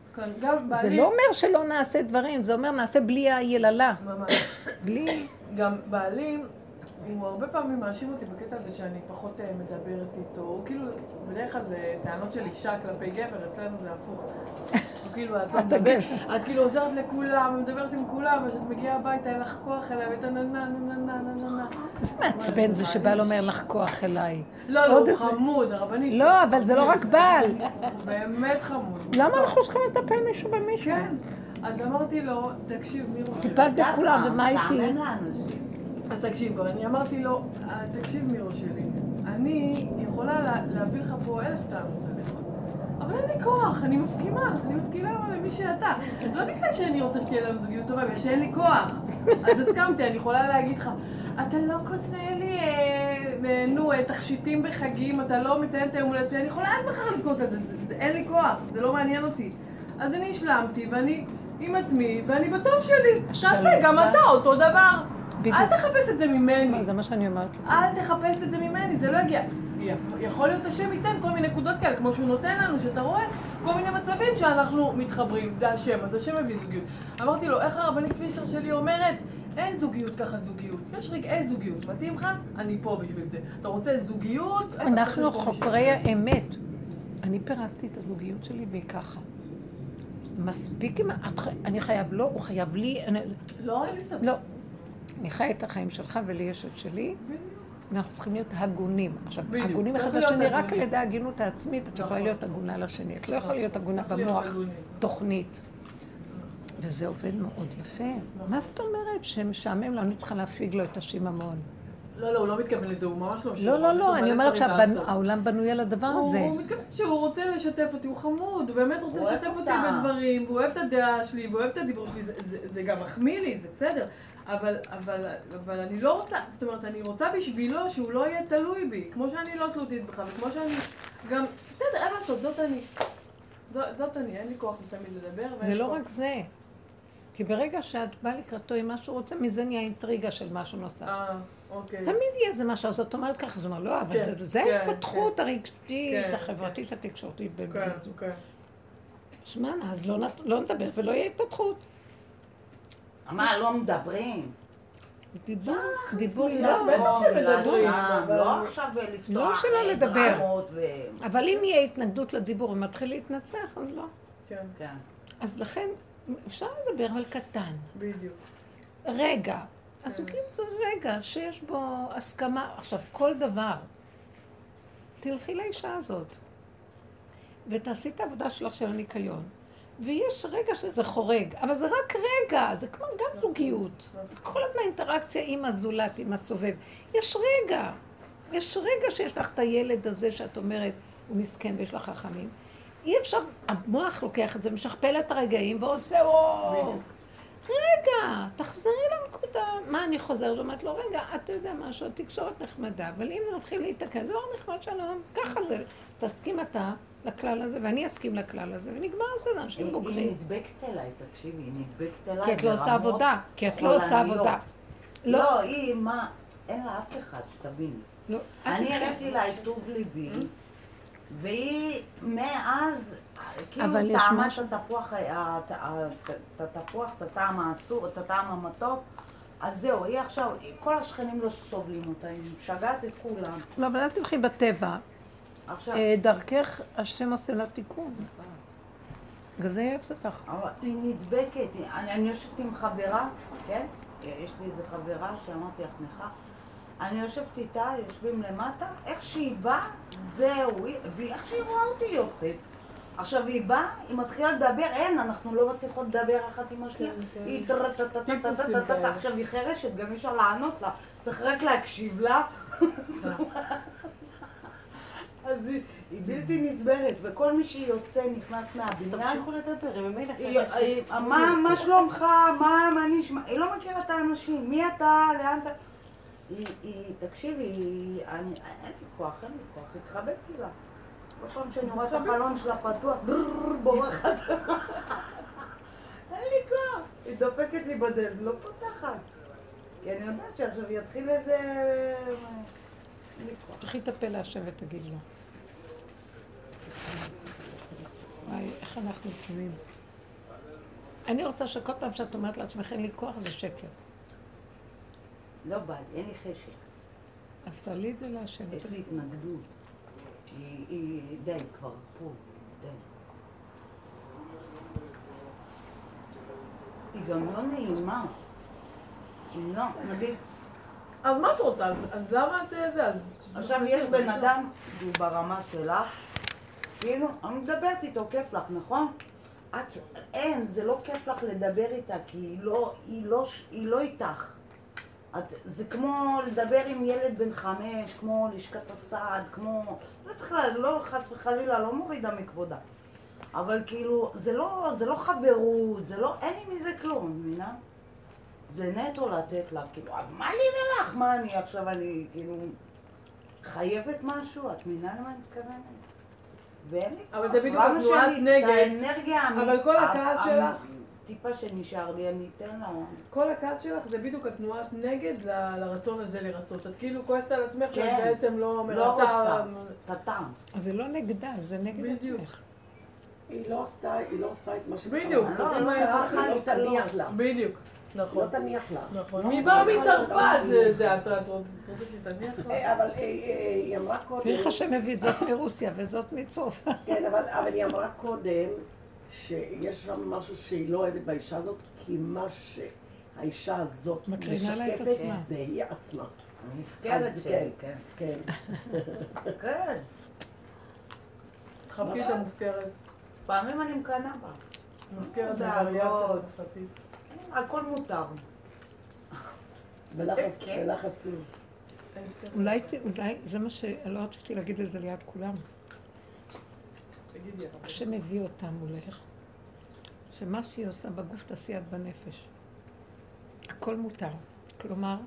זה לא אומר שלא נעשה דברים, זה אומר נעשה בלי היללה. ממש. בלי... גם בעלים, הוא הרבה פעמים מאשים אותי בקטע הזה שאני פחות מדברת איתו, הוא כאילו, בדרך כלל זה טענות של אישה כלפי גבר, אצלנו זה הפוך. הוא כאילו, את מדברת, את כאילו עוזרת לכולם, מדברת עם כולם, וכשאת מגיעה הביתה, אין לך כוח אליי, ואתה נה נה נה נה נה נה נה. איזה מעצבן זה שבעל אומר לך כוח אליי. לא, לא, הוא חמוד, הרבנית. לא, אבל זה לא רק בעל. הוא באמת חמוד. למה אנחנו צריכים לטפל מישהו במישהו? כן. אז אמרתי לו, תקשיב, מירו. טיפלת בכולם, ומה איתי? אז תקשיב, אני אמרתי לו, תקשיב מירו שלי, אני יכולה להביא לך פה אלף טענות עליך, אבל אין לי כוח, אני מסכימה, אני מסכימה למי שאתה. לא בגלל שאני רוצה שתהיה לנו זוגיות טובה, בגלל שאין לי כוח. אז הסכמתי, אני יכולה להגיד לך, אתה לא קוטנה לי, נו, תכשיטים בחגים, אתה לא מציין את היום הולדת שלי, אני יכולה עד מחר לבכות על זה, אין לי כוח, זה לא מעניין אותי. אז אני השלמתי, ואני עם עצמי, ואני בטוב שלי. תעשה גם אתה אותו דבר. אל תחפש את זה ממני. זה מה שאני אומרת. אל תחפש את זה ממני, זה לא יגיע. יכול להיות השם ייתן כל מיני נקודות כאלה, כמו שהוא נותן לנו, שאתה רואה כל מיני מצבים שאנחנו מתחברים. זה השם, אז השם מביא זוגיות. אמרתי לו, איך הרבנית פישר שלי אומרת? אין זוגיות ככה זוגיות. יש רגעי זוגיות. מתאים לך? אני פה בשביל זה. אתה רוצה זוגיות? אנחנו חוקרי האמת. אני פירקתי את הזוגיות שלי והיא ככה. מספיק אם... אני חייב לו, הוא חייב לי... לא, אין לי סבבה. לא. אני חי את החיים שלך ולי יש את שלי, ואנחנו צריכים להיות הגונים. עכשיו, הגונים אחד לשני, רק על ידי ההגינות העצמית, את יכולה להיות הגונה לשני. את לא יכולה להיות הגונה במוח, תוכנית. וזה עובד מאוד יפה. מה זאת אומרת שמשעמם לו, אני צריכה להפיג לו את השיממון. לא, לא, הוא לא מתכוון לזה, הוא ממש לא משנה. לא, לא, לא, אני אומרת שהעולם בנוי על הדבר הזה. הוא מתכוון שהוא רוצה לשתף אותי, הוא חמוד, הוא באמת רוצה לשתף אותי בדברים, והוא אוהב את הדעה שלי, והוא אוהב את הדיבור שלי, זה גם מחמיא לי, זה בסדר. אבל, אבל, אבל אני לא רוצה, זאת אומרת, אני רוצה בשבילו שהוא לא יהיה תלוי בי, כמו שאני לא תלותית בך, וכמו שאני גם, בסדר, אין לעשות, זאת אני. זאת, זאת אני, אין לי כוח תמיד לדבר. זה לא רק זה. כי ברגע שאת באה לקראתו עם מה שהוא רוצה, מזה נהיה אינטריגה של משהו נוסף. אה, אוקיי. תמיד יהיה איזה משהו, אז את אומרת ככה, אז הוא אומר, לא, אבל כן, זה, זה כן, ההתפתחות כן. הרגשתית, כן, החברתית, התקשורתית בין בני כן, זוג. כן. שמע, אז לא, נת- לא נדבר ולא יהיה התפתחות. מה, לא מדברים? דיבור, דיבור, מילה לא. פה, מילה מדברים, שם, אבל- לא עכשיו לפתוח לא שלא אה, לדבר. דרמות ו... אבל אם יהיה התנגדות לדיבור ומתחיל להתנצח, אז לא. כן, כן. אז לכן, אפשר לדבר, אבל קטן. בדיוק. רגע. עסוקים זה רגע שיש בו הסכמה. עכשיו, כל דבר, תלכי לאישה הזאת, ותעשי את העבודה שלך של הניקיון, ויש רגע שזה חורג, אבל זה רק רגע, זה כמו גם זוגיות. כל הזמן אינטראקציה עם הזולת, עם הסובב. יש רגע, יש רגע שיש לך את הילד הזה שאת אומרת, הוא מסכן ויש לך חכמים. אי אפשר, המוח לוקח את זה, משכפל את הרגעים ועושה או... רגע, תחזרי לנקודה. מה אני חוזרת? אומרת לו, רגע, אתה יודע משהו, התקשורת נחמדה, אבל אם נתחיל להתעכב, זה לא נחמד שלום, ככה זה. תסכים אתה לכלל הזה, ואני אסכים לכלל הזה, ונגמר זה, אנשים היא בוגרים. נדבקת אליי, תקשיבי, היא נדבקת אליי. כי את לא עושה ברמות עבודה, כי את לא עושה חולניות. עבודה. לא, היא, מה, אין לה אף אחד שתביני. לא, אני אל הראיתי לה את טוב ליבי, והיא מאז, כאילו אבל יש טעמה את משהו- התפוח, ה- את ה- את התפוח, את הטעם האסור, את הטעם המתוק, אז זהו, היא עכשיו, כל השכנים לא סובלים אותה, היא משגעת את כולם. לא, אבל אל תלכי בטבע. עכשיו, אה, דרכך השם עושה לה תיקון. בגלל זה היא אוהבת אותך. אבל היא נדבקת, היא- אני, אני יושבת עם חברה, כן? יש לי איזה חברה שאמרתי לך נכה. אני יושבת איתה, יושבים למטה, איך שהיא באה, זהו, היא- ואיך שהיא רואה אותי יוצאת. עכשיו היא באה, היא מתחילה לדבר, אין, אנחנו לא מצליחות לדבר אחת עם השנייה. היא טה-טה-טה-טה-טה-טה-טה, עכשיו היא חרשת, גם אי אפשר לענות לה, צריך רק להקשיב לה. אז היא היא בלתי נסברת, וכל מי שיוצא, נכנס אז מהבניין, תמשיכו לדבר, הם ממילא היא- חדשים. היא- מה מה שלומך? מה מה נשמע? היא לא מכירה את האנשים, מי אתה? לאן אתה? היא, היא, תקשיבי, היא- אני- אין לי כוח, אין לי כוח, התחבאתי לה. כל פעם שאני רואה את החלון שלה פתוח, דררר, בורחת. אין לי כוח. היא דופקת לי בדלת, לא פותחת. כי אני יודעת שעכשיו יתחיל איזה... אין לי כוח. תלכי את הפה להשם ותגיד לו. וואי, איך אנחנו תמימים. אני רוצה שכל פעם שאת אומרת לעצמך אין לי כוח זה שקר. לא בא לי, אין לי חשק. אז תעלי את זה להשם. יש לי התנגדות. היא, היא, די, כבר פה, די. היא גם לא נעימה. היא לא, נגיד, אז מה את רוצה? אז- אז למה את זה? אז... עכשיו יש בן אדם, שהוא ברמה שלך, כאילו, אני מדברת איתו, כיף לך, נכון? את, אין, זה לא כיף לך לדבר איתה, כי היא לא, היא לא, היא לא איתך. את, זה כמו לדבר עם ילד בן חמש, כמו לשכת הסעד, כמו... לא צריך, לה- לא חס וחלילה, לא מורידה מכבודה. אבל כאילו, זה לא, זה לא חברות, זה לא, אין לי מזה כלום, מבינה? זה נטו לתת לה, כאילו, מה לי ולך? מה אני עכשיו, אני כאילו חייבת משהו? את מבינה למה אני מתכוונת? ואין לי אבל כוח. זה בדיוק למה התנועת שאני- נגד. את האנרגיה המ- אבל כל הכעס המ- שלך- טיפה שנשאר לי, אני אתן לה. כל הכעס שלך זה בדיוק התנועת נגד ל- לרצון הזה לרצות. את כאילו כועסת על עצמך כן. שאת בעצם לא לא מרצה... רוצה, את הטעם. אז זה לא נגדה, זה נגד בדיוק. עצמך. היא לא עשתה, היא לא עושה את מה שצריכה בדיוק. לעשות. לא, אם לא, היא לא, צריכה, לא, לא תניח לה. בדיוק. נכון. לא תניח לה. נכון. מי בא מצרפת לזה? את את רוצה שתניח לה? אה, אבל אה, אה, היא אמרה קודם, צריך השם מביא את זאת מרוסיה וזאת מצרפת. כן, אבל אבל היא אמרה קודם שיש שם משהו שהיא לא אוהבת באישה הזאת, כי מה שהאישה הזאת מקרינה לה את משקפת עצמה. זה היא עצמה. המופקרת אז שלי, כן. כן. כן. חבקי את המופקרת. פעמים אני מקנאה בה. מופקרת דאגות. בווריאציה הצרפתית. הכל מותר. ולך זה אס- כן. ולך אסור. אין ספק. אולי, ת- אולי, זה מה שלא רציתי להגיד את זה ליד כולם. תגידי, אבל- השם מביא אותה מולך, שמה שהיא עושה בגוף תעשי את בנפש. הכל מותר. כלומר,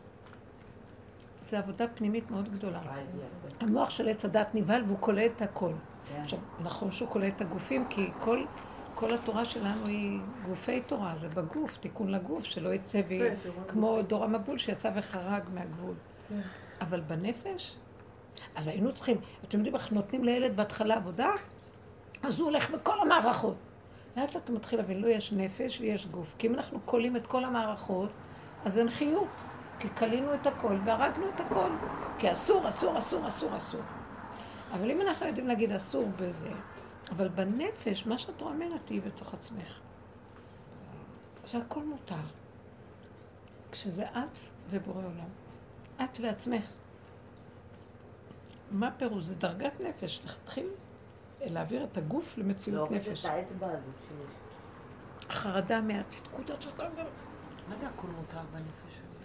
זו עבודה פנימית מאוד גדולה. המוח של עץ הדת נבהל והוא קולט את הכל. עכשיו, נכון שהוא קולט את הגופים, כי כל, כל התורה שלנו היא גופי תורה, זה בגוף, תיקון לגוף, שלא יצא וי, כמו דור המבול שיצא וחרג מהגבול. אבל בנפש, אז היינו צריכים, אתם יודעים איך נותנים לילד בהתחלה עבודה? אז הוא הולך בכל המערכות. לאט לאט אתה מתחיל להבין, לא יש נפש ויש גוף. כי אם אנחנו קולים את כל המערכות, אז אין חיות. כי קלינו את הכל והרגנו את הכל. כי אסור, אסור, אסור, אסור, אסור. אבל אם אנחנו יודעים להגיד אסור בזה, אבל בנפש, מה שאת אומרת תהי בתוך עצמך. שהכל מותר. כשזה את ובורא עולם. את ועצמך. מה פירוש? זה דרגת נפש. להתחיל להעביר את הגוף למציאות לא, נפש. לא, את האצבע הזאת שלי. החרדה מהצדקות עד שאתה אומר. מה זה הכל מותר בנפש שלי?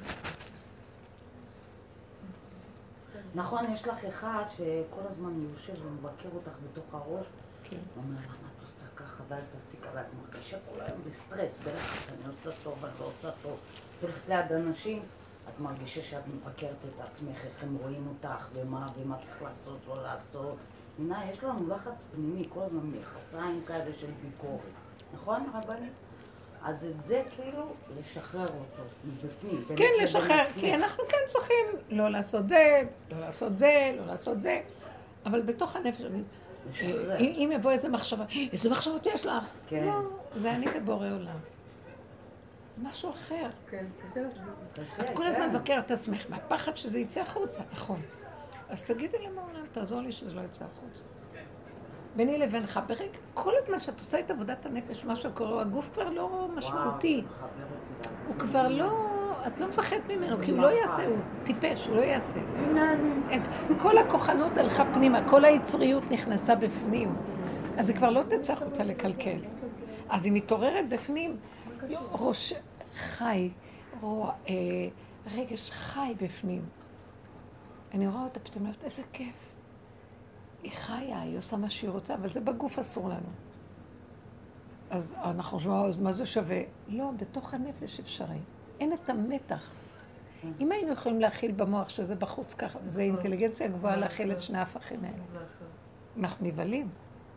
נכון, יש לך אחד שכל הזמן יושב ומבקר אותך בתוך הראש. כן. הוא אומר, למה את עושה ככה ואל תעשי ככה, ואת מרגישה כל היום בסטרס, בלחץ, אני עושה טוב, אני לא עושה טוב. תלכת ליד אנשים, את מרגישה שאת מבקרת את עצמך, איך הם רואים אותך, ומה, ומה צריך לעשות, לא לעשות. הנה, יש לנו לחץ פנימי, כל הזמן מחציים כאלה של ביקורת. נכון, רבנית? אז את זה כאילו לשחרר אותו, מבפנים. כן, לשחרר, כי אנחנו כן צריכים לא לעשות זה, לא לעשות זה, לא לעשות זה. אבל בתוך הנפש, אם יבוא איזה מחשבה, איזה מחשבות יש לך? כן. לא, זה אני ובורא עולם. משהו אחר. כן, קשה לך. את כל הזמן מבקרת את עצמך, מהפחד שזה יצא החוצה, נכון. אז תגידי למעולם, תעזור לי שזה לא יצא החוצה. ביני לבינך, ברגע, כל הזמן שאת עושה את עבודת הנפש, מה שקורה, הגוף כבר לא משמעותי. הוא כבר לא, את לא מפחדת ממנו, כי הוא לא יעשה, הוא טיפש, הוא לא יעשה. כל הכוחנות הלכה פנימה, כל היצריות נכנסה בפנים. אז היא כבר לא תצא החוצה לקלקל. אז היא מתעוררת בפנים, ראש חי, רגש חי בפנים. אני רואה אותה פתאום, איזה כיף. היא חיה, היא עושה מה שהיא רוצה, אבל זה בגוף אסור לנו. אז אנחנו חושבים, אז מה זה שווה? לא, בתוך הנפש אפשרי. אין את המתח. אם היינו יכולים להכיל במוח שזה בחוץ ככה, זה אינטליגנציה גבוהה להכיל את שני ההפכים האלה. אנחנו נבלים.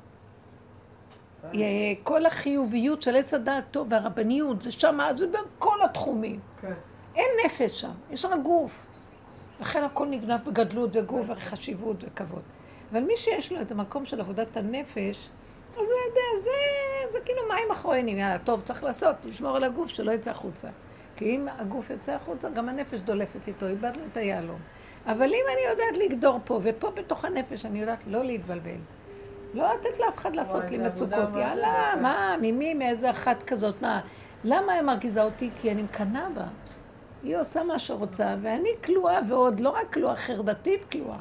כל החיוביות של עץ הדעת טוב והרבניות, זה שם, זה בכל התחומים. אין נפש שם, יש רק גוף. לכן הכל נגנב בגדלות וגוף וחשיבות וכבוד. אבל מי שיש לו את המקום של עבודת הנפש, אז הוא יודע, זה, זה כאילו מים אחרונים, יאללה, טוב, צריך לעשות, לשמור על הגוף שלא יצא החוצה. כי אם הגוף יצא החוצה, גם הנפש דולפת איתו, איבדנו את היעלום. אבל אם אני יודעת לגדור פה, ופה בתוך הנפש, אני יודעת לא להתבלבל. לא לתת לאף אחד לעשות לי מצוקות, יאללה, מה, ממי, מאיזה אחת כזאת, מה? למה היא מרגיזה אותי? כי אני מקנה בה. היא עושה מה שרוצה, ואני כלואה, ועוד לא רק כלואה, חרדתית כלואה.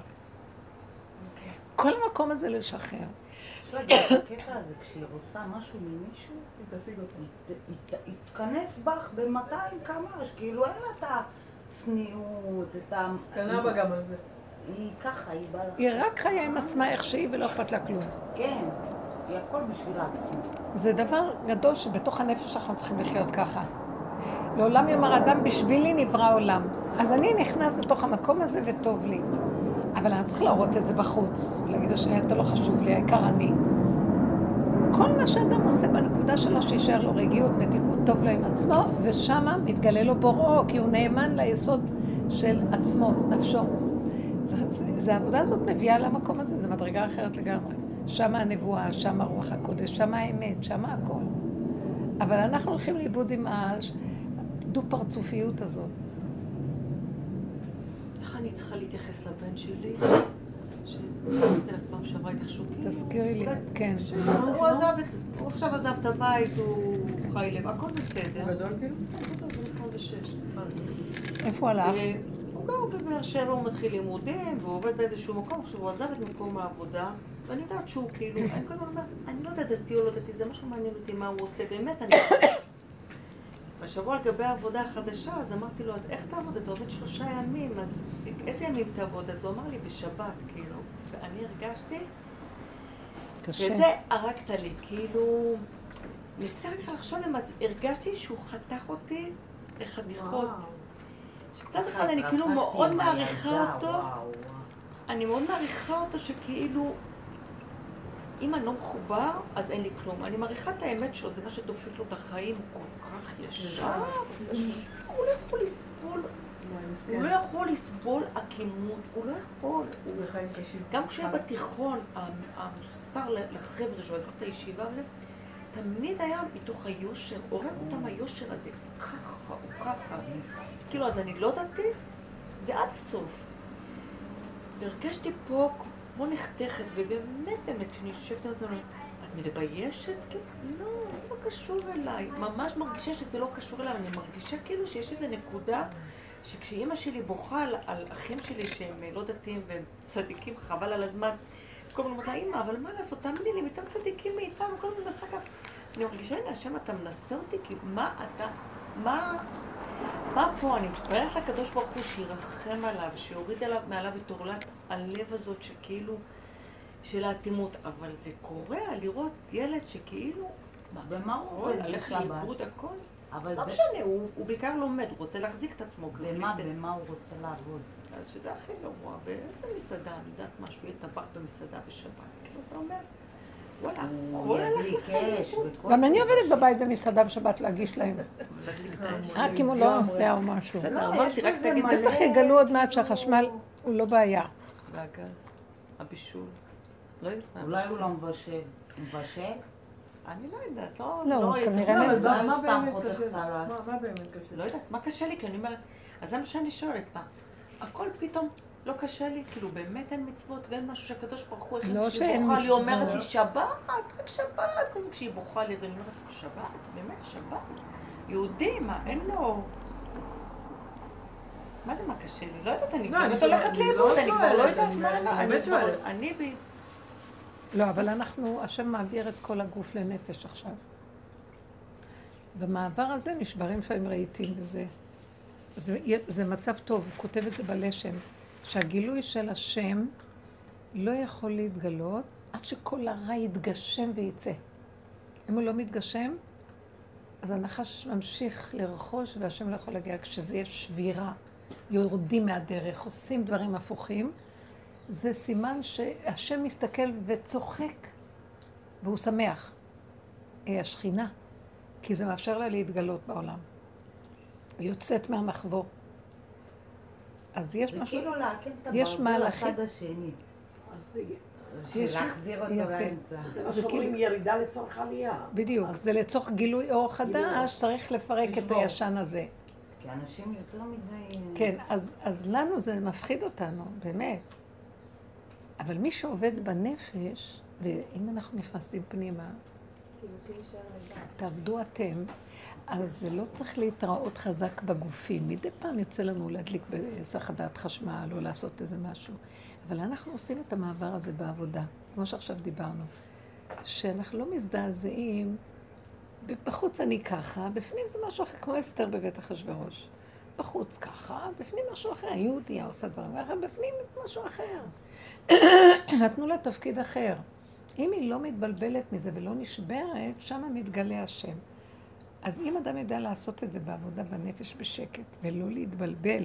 כל המקום הזה לשחרר. יש לה גם הקטע הזה, כשהיא רוצה משהו ממישהו, היא תשיג אותו. היא תכנס בך ב-מאתיים קמ"ש, כאילו אין לה את הצניעות, את ה... קנה בה גם על זה. היא ככה, היא באה לך. היא רק חיה עם עצמה איך שהיא ולא אכפת לה כלום. כן, היא הכל בשביל עצמה. זה דבר גדול שבתוך הנפש אנחנו צריכים לחיות ככה. לעולם יאמר אדם, בשבילי נברא עולם. אז אני נכנס בתוך המקום הזה וטוב לי. אבל אני צריך להראות את זה בחוץ, ולהגיד השני, אתה לא חשוב לי, העיקר אני. כל מה שאדם עושה בנקודה שלו, שישאר לו רגיעות, מתיקות טוב לו עם עצמו, ושמה מתגלה לו בוראו, כי הוא נאמן ליסוד של עצמו, נפשו. זה, זה, זה העבודה הזאת מביאה למקום הזה, זה מדרגה אחרת לגמרי. שמה הנבואה, שמה רוח הקודש, שמה האמת, שמה הכל. אבל אנחנו הולכים לאיבוד עם הדו-פרצופיות הזאת. איך אני צריכה להתייחס לבן שלי? שאומרתי לך פעם שעברה איתך שוקים. תזכירי לי, כן. הוא עזב, הוא עכשיו עזב את הבית, הוא חי לב, הכל בסדר. הוא גדול כאילו? הוא עשרים ושש. איפה הלך? הוא גר בבאר שבע, הוא מתחיל לימודים, והוא עובד באיזשהו מקום, עכשיו הוא עזב את מקום העבודה, ואני יודעת שהוא כאילו, אני כל הזמן אומרת, אני לא יודעת דתי או לא דתי, זה משהו מעניין אותי מה הוא עושה, באמת, אני... והשבוע על גבי העבודה החדשה, אז אמרתי לו, אז איך תעבוד? אתה עובד שלושה ימים, אז איזה ימים תעבוד? אז הוא אמר לי, בשבת, כאילו. ואני הרגשתי שאת זה הרגת לי, כאילו... ניסיתי רק לחשוב, הרגשתי שהוא חתך אותי לחתיכות. שמצד אחד אני כאילו מאוד מעריכה אותו, אני מאוד מעריכה אותו שכאילו, אם אני לא מחובר, אז אין לי כלום. אני מעריכה את האמת שלו, זה מה שדופק לו את החיים, הוא כל כך ישר, הוא לא יכול לסבול. הוא לא יכול לסבול עקימות, הוא לא יכול. הוא בחיים קשים. גם כשהיה בתיכון, המוסר לחבר'ה שהוא עזב את הישיבה וזה, תמיד היה מתוך היושר, עורק אותם היושר הזה, ככה, הוא ככה. כאילו, אז אני לא דעתי, זה עד הסוף. והרגשתי פה כמו נחתכת, ובאמת, באמת, כשאני יושבת עם עצמנו, את מתביישת? לא, זה לא קשור אליי. ממש מרגישה שזה לא קשור אליי, אני מרגישה כאילו שיש איזו נקודה שכשאימא שלי בוכה על, על אחים שלי שהם לא דתיים והם צדיקים, חבל על הזמן, כל הזמן אומרת לה, אימא, אבל מה לעשות, תאמיני לי, הם יותר צדיקים מאיתנו, כל הזמן מנסה ככה. אני מרגישה, הנה, השם, אתה מנסה אותי, כי מה אתה, מה, מה פה? אני מתפללת לקדוש ברוך הוא שירחם עליו, שיוריד עליו, מעליו את עורלת הלב הזאת שכאילו, של האטימות, אבל זה קורה לראות ילד שכאילו, במה הוא עובד בשבת? הלך לאיבוד הכל. אבל לא משנה, הוא, הוא בעיקר לומד, הוא רוצה להחזיק את עצמו. במה, במה הוא רוצה לעבוד? אז שזה הכי גרוע, באיזה מסעדה, אני יודעת משהו, יהיה טבח במסעדה בשבת. כאילו, אתה אומר, וואלה, כל הלך לך. גם אני עובדת בבית במסעדה בשבת להגיש להם. רק אם הוא לא נוסע או משהו. בסדר, אמרתי, רק תגיד, בטח יגלו עוד מעט שהחשמל הוא לא בעיה. והגז, הבישול, לא יודעת מה. אולי הוא לא מבשל. הוא מבשל? אני לא יודעת, לא... לא, כנראה... מה באמת קשה? מה באמת קשה? לא יודעת, מה קשה לי? כי אני אומרת, אז זה מה שאני שואלת, מה? הכל פתאום לא קשה לי, כאילו באמת אין מצוות ואין משהו שהקדוש ברוך הוא לא שאין מצוות. היא אומרת מצוות. לי שבת, רק שבת, כל זה כשהיא בוכה לי, אז אני אומרת, שבת, באמת שבת. יהודי, מה, אין לו... מה זה מה קשה לי? לא יודעת, אני באמת הולכת לאיבוד, אני כבר לא יודעת מה, אני כבר, אני בי... לא, אבל אנחנו, השם מעביר את כל הגוף לנפש עכשיו. במעבר הזה נשברים לפעמים רהיטים בזה. זה, זה מצב טוב, הוא כותב את זה בלשם, שהגילוי של השם לא יכול להתגלות עד שכל הרע יתגשם וייצא. אם הוא לא מתגשם, אז הנחש ממשיך לרחוש והשם לא יכול להגיע. כשזה יש שבירה, יורדים מהדרך, עושים דברים הפוכים, זה סימן שהשם מסתכל וצוחק, והוא שמח. השכינה, כי זה מאפשר לה להתגלות בעולם. היא יוצאת מהמחבוא. אז יש משהו... זה כאילו להקים את יש הברזל מהלכים. לצד השני. יש- להחזיר אותו יפה. לאמצע. זה מה זה שאומרים ירידה לצורך עלייה. בדיוק, אז- זה לצורך גילוי אור חדש, צריך לפרק את לשבור. הישן הזה. כי אנשים יותר מדי... כן, אז, אז לנו זה מפחיד אותנו, באמת. אבל מי שעובד בנפש, ואם אנחנו נכנסים פנימה, כאילו, כאילו להישאר לבד. תעבדו אתם, אז זה לא צריך להתראות חזק בגופים. מדי פעם יוצא לנו להדליק בהיסח הדעת חשמל או לעשות איזה משהו. אבל אנחנו עושים את המעבר הזה בעבודה, כמו שעכשיו דיברנו. שאנחנו לא מזדעזעים, בחוץ אני ככה, בפנים זה משהו אחר, כמו אסתר בבית אחשוורוש. בחוץ ככה, בפנים משהו אחר. היהודיה עושה דברים אחר, בפנים משהו אחר. נתנו לה תפקיד אחר. אם היא לא מתבלבלת מזה ולא נשברת, שמה מתגלה השם. אז אם אדם יודע לעשות את זה בעבודה בנפש בשקט, ולא להתבלבל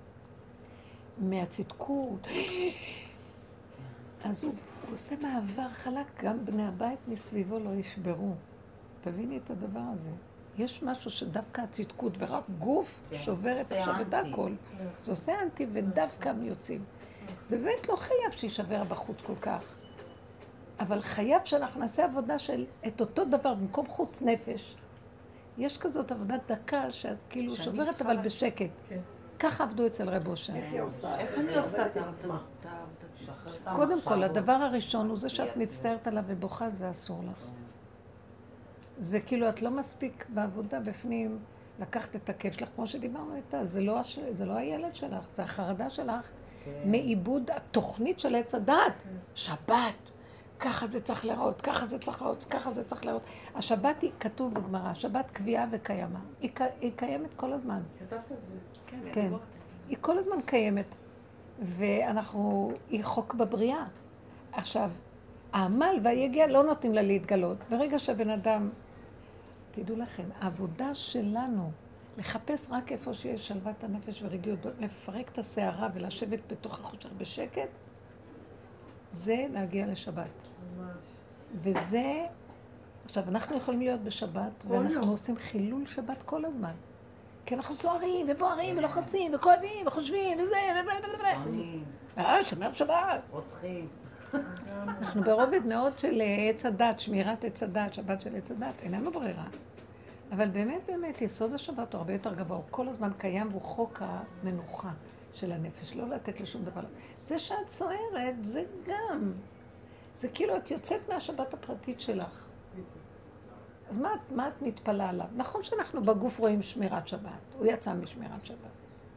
מהצדקות, אז הוא, הוא עושה מעבר חלק, גם בני הבית מסביבו לא ישברו. תביני את הדבר הזה. יש משהו שדווקא הצדקות ורק גוף כן, שוברת זה עכשיו את אנטי. הכל. זה עושה אנטי ודווקא הם יוצאים. זה באמת לא חייב שישבר בחוץ כל כך. אבל חייב שאנחנו נעשה עבודה של את אותו דבר במקום חוץ נפש. יש כזאת עבודת דקה שאת כאילו שוברת אבל בשקט. כן. ככה עבדו אצל רב אושר. איך היא עושה? איך אני עושה את עצמה? קודם כל, הדבר הראשון הוא זה שאת מצטערת עליו ובוכה, זה אסור לך. זה כאילו, את לא מספיק בעבודה בפנים לקחת את הכיף שלך, כמו שדיברנו איתה, זה לא, הש... זה לא הילד שלך, זה החרדה שלך מאיבוד התוכנית של עץ הדעת. שבת, ככה זה צריך לראות, ככה זה צריך לראות, ככה זה צריך לראות. השבת היא כתוב בגמרא, השבת קביעה וקיימה. היא, היא קיימת כל הזמן. כתבת על זה? כן, כן. היא כל הזמן קיימת. ואנחנו, היא חוק בבריאה. עכשיו, העמל והיגיע לא נותנים לה להתגלות. ברגע שהבן אדם, תדעו לכם, העבודה שלנו לחפש רק איפה שיש שלוות הנפש ורגיעות, לפרק את השערה ולשבת בתוך החושך בשקט, זה להגיע לשבת. ממש. וזה, עכשיו, אנחנו יכולים להיות בשבת, ואנחנו יום. עושים חילול שבת כל הזמן. כי אנחנו סוערים ובוערים ולוחצים וכואבים וחושבים וזה סונים. אה, שומר שבת. רוצחים. אנחנו ברובד מאוד של עץ הדת, שמירת עץ הדת, שבת של עץ הדת, אין לנו ברירה. אבל באמת באמת יסוד השבת הוא הרבה יותר גבוה, הוא כל הזמן קיים והוא חוק המנוחה של הנפש, לא לתת לשום דבר. זה שאת סוערת, זה גם. זה כאילו את יוצאת מהשבת הפרטית שלך. אז מה, מה את מתפלה עליו? נכון שאנחנו בגוף רואים שמירת שבת, הוא יצא משמירת שבת.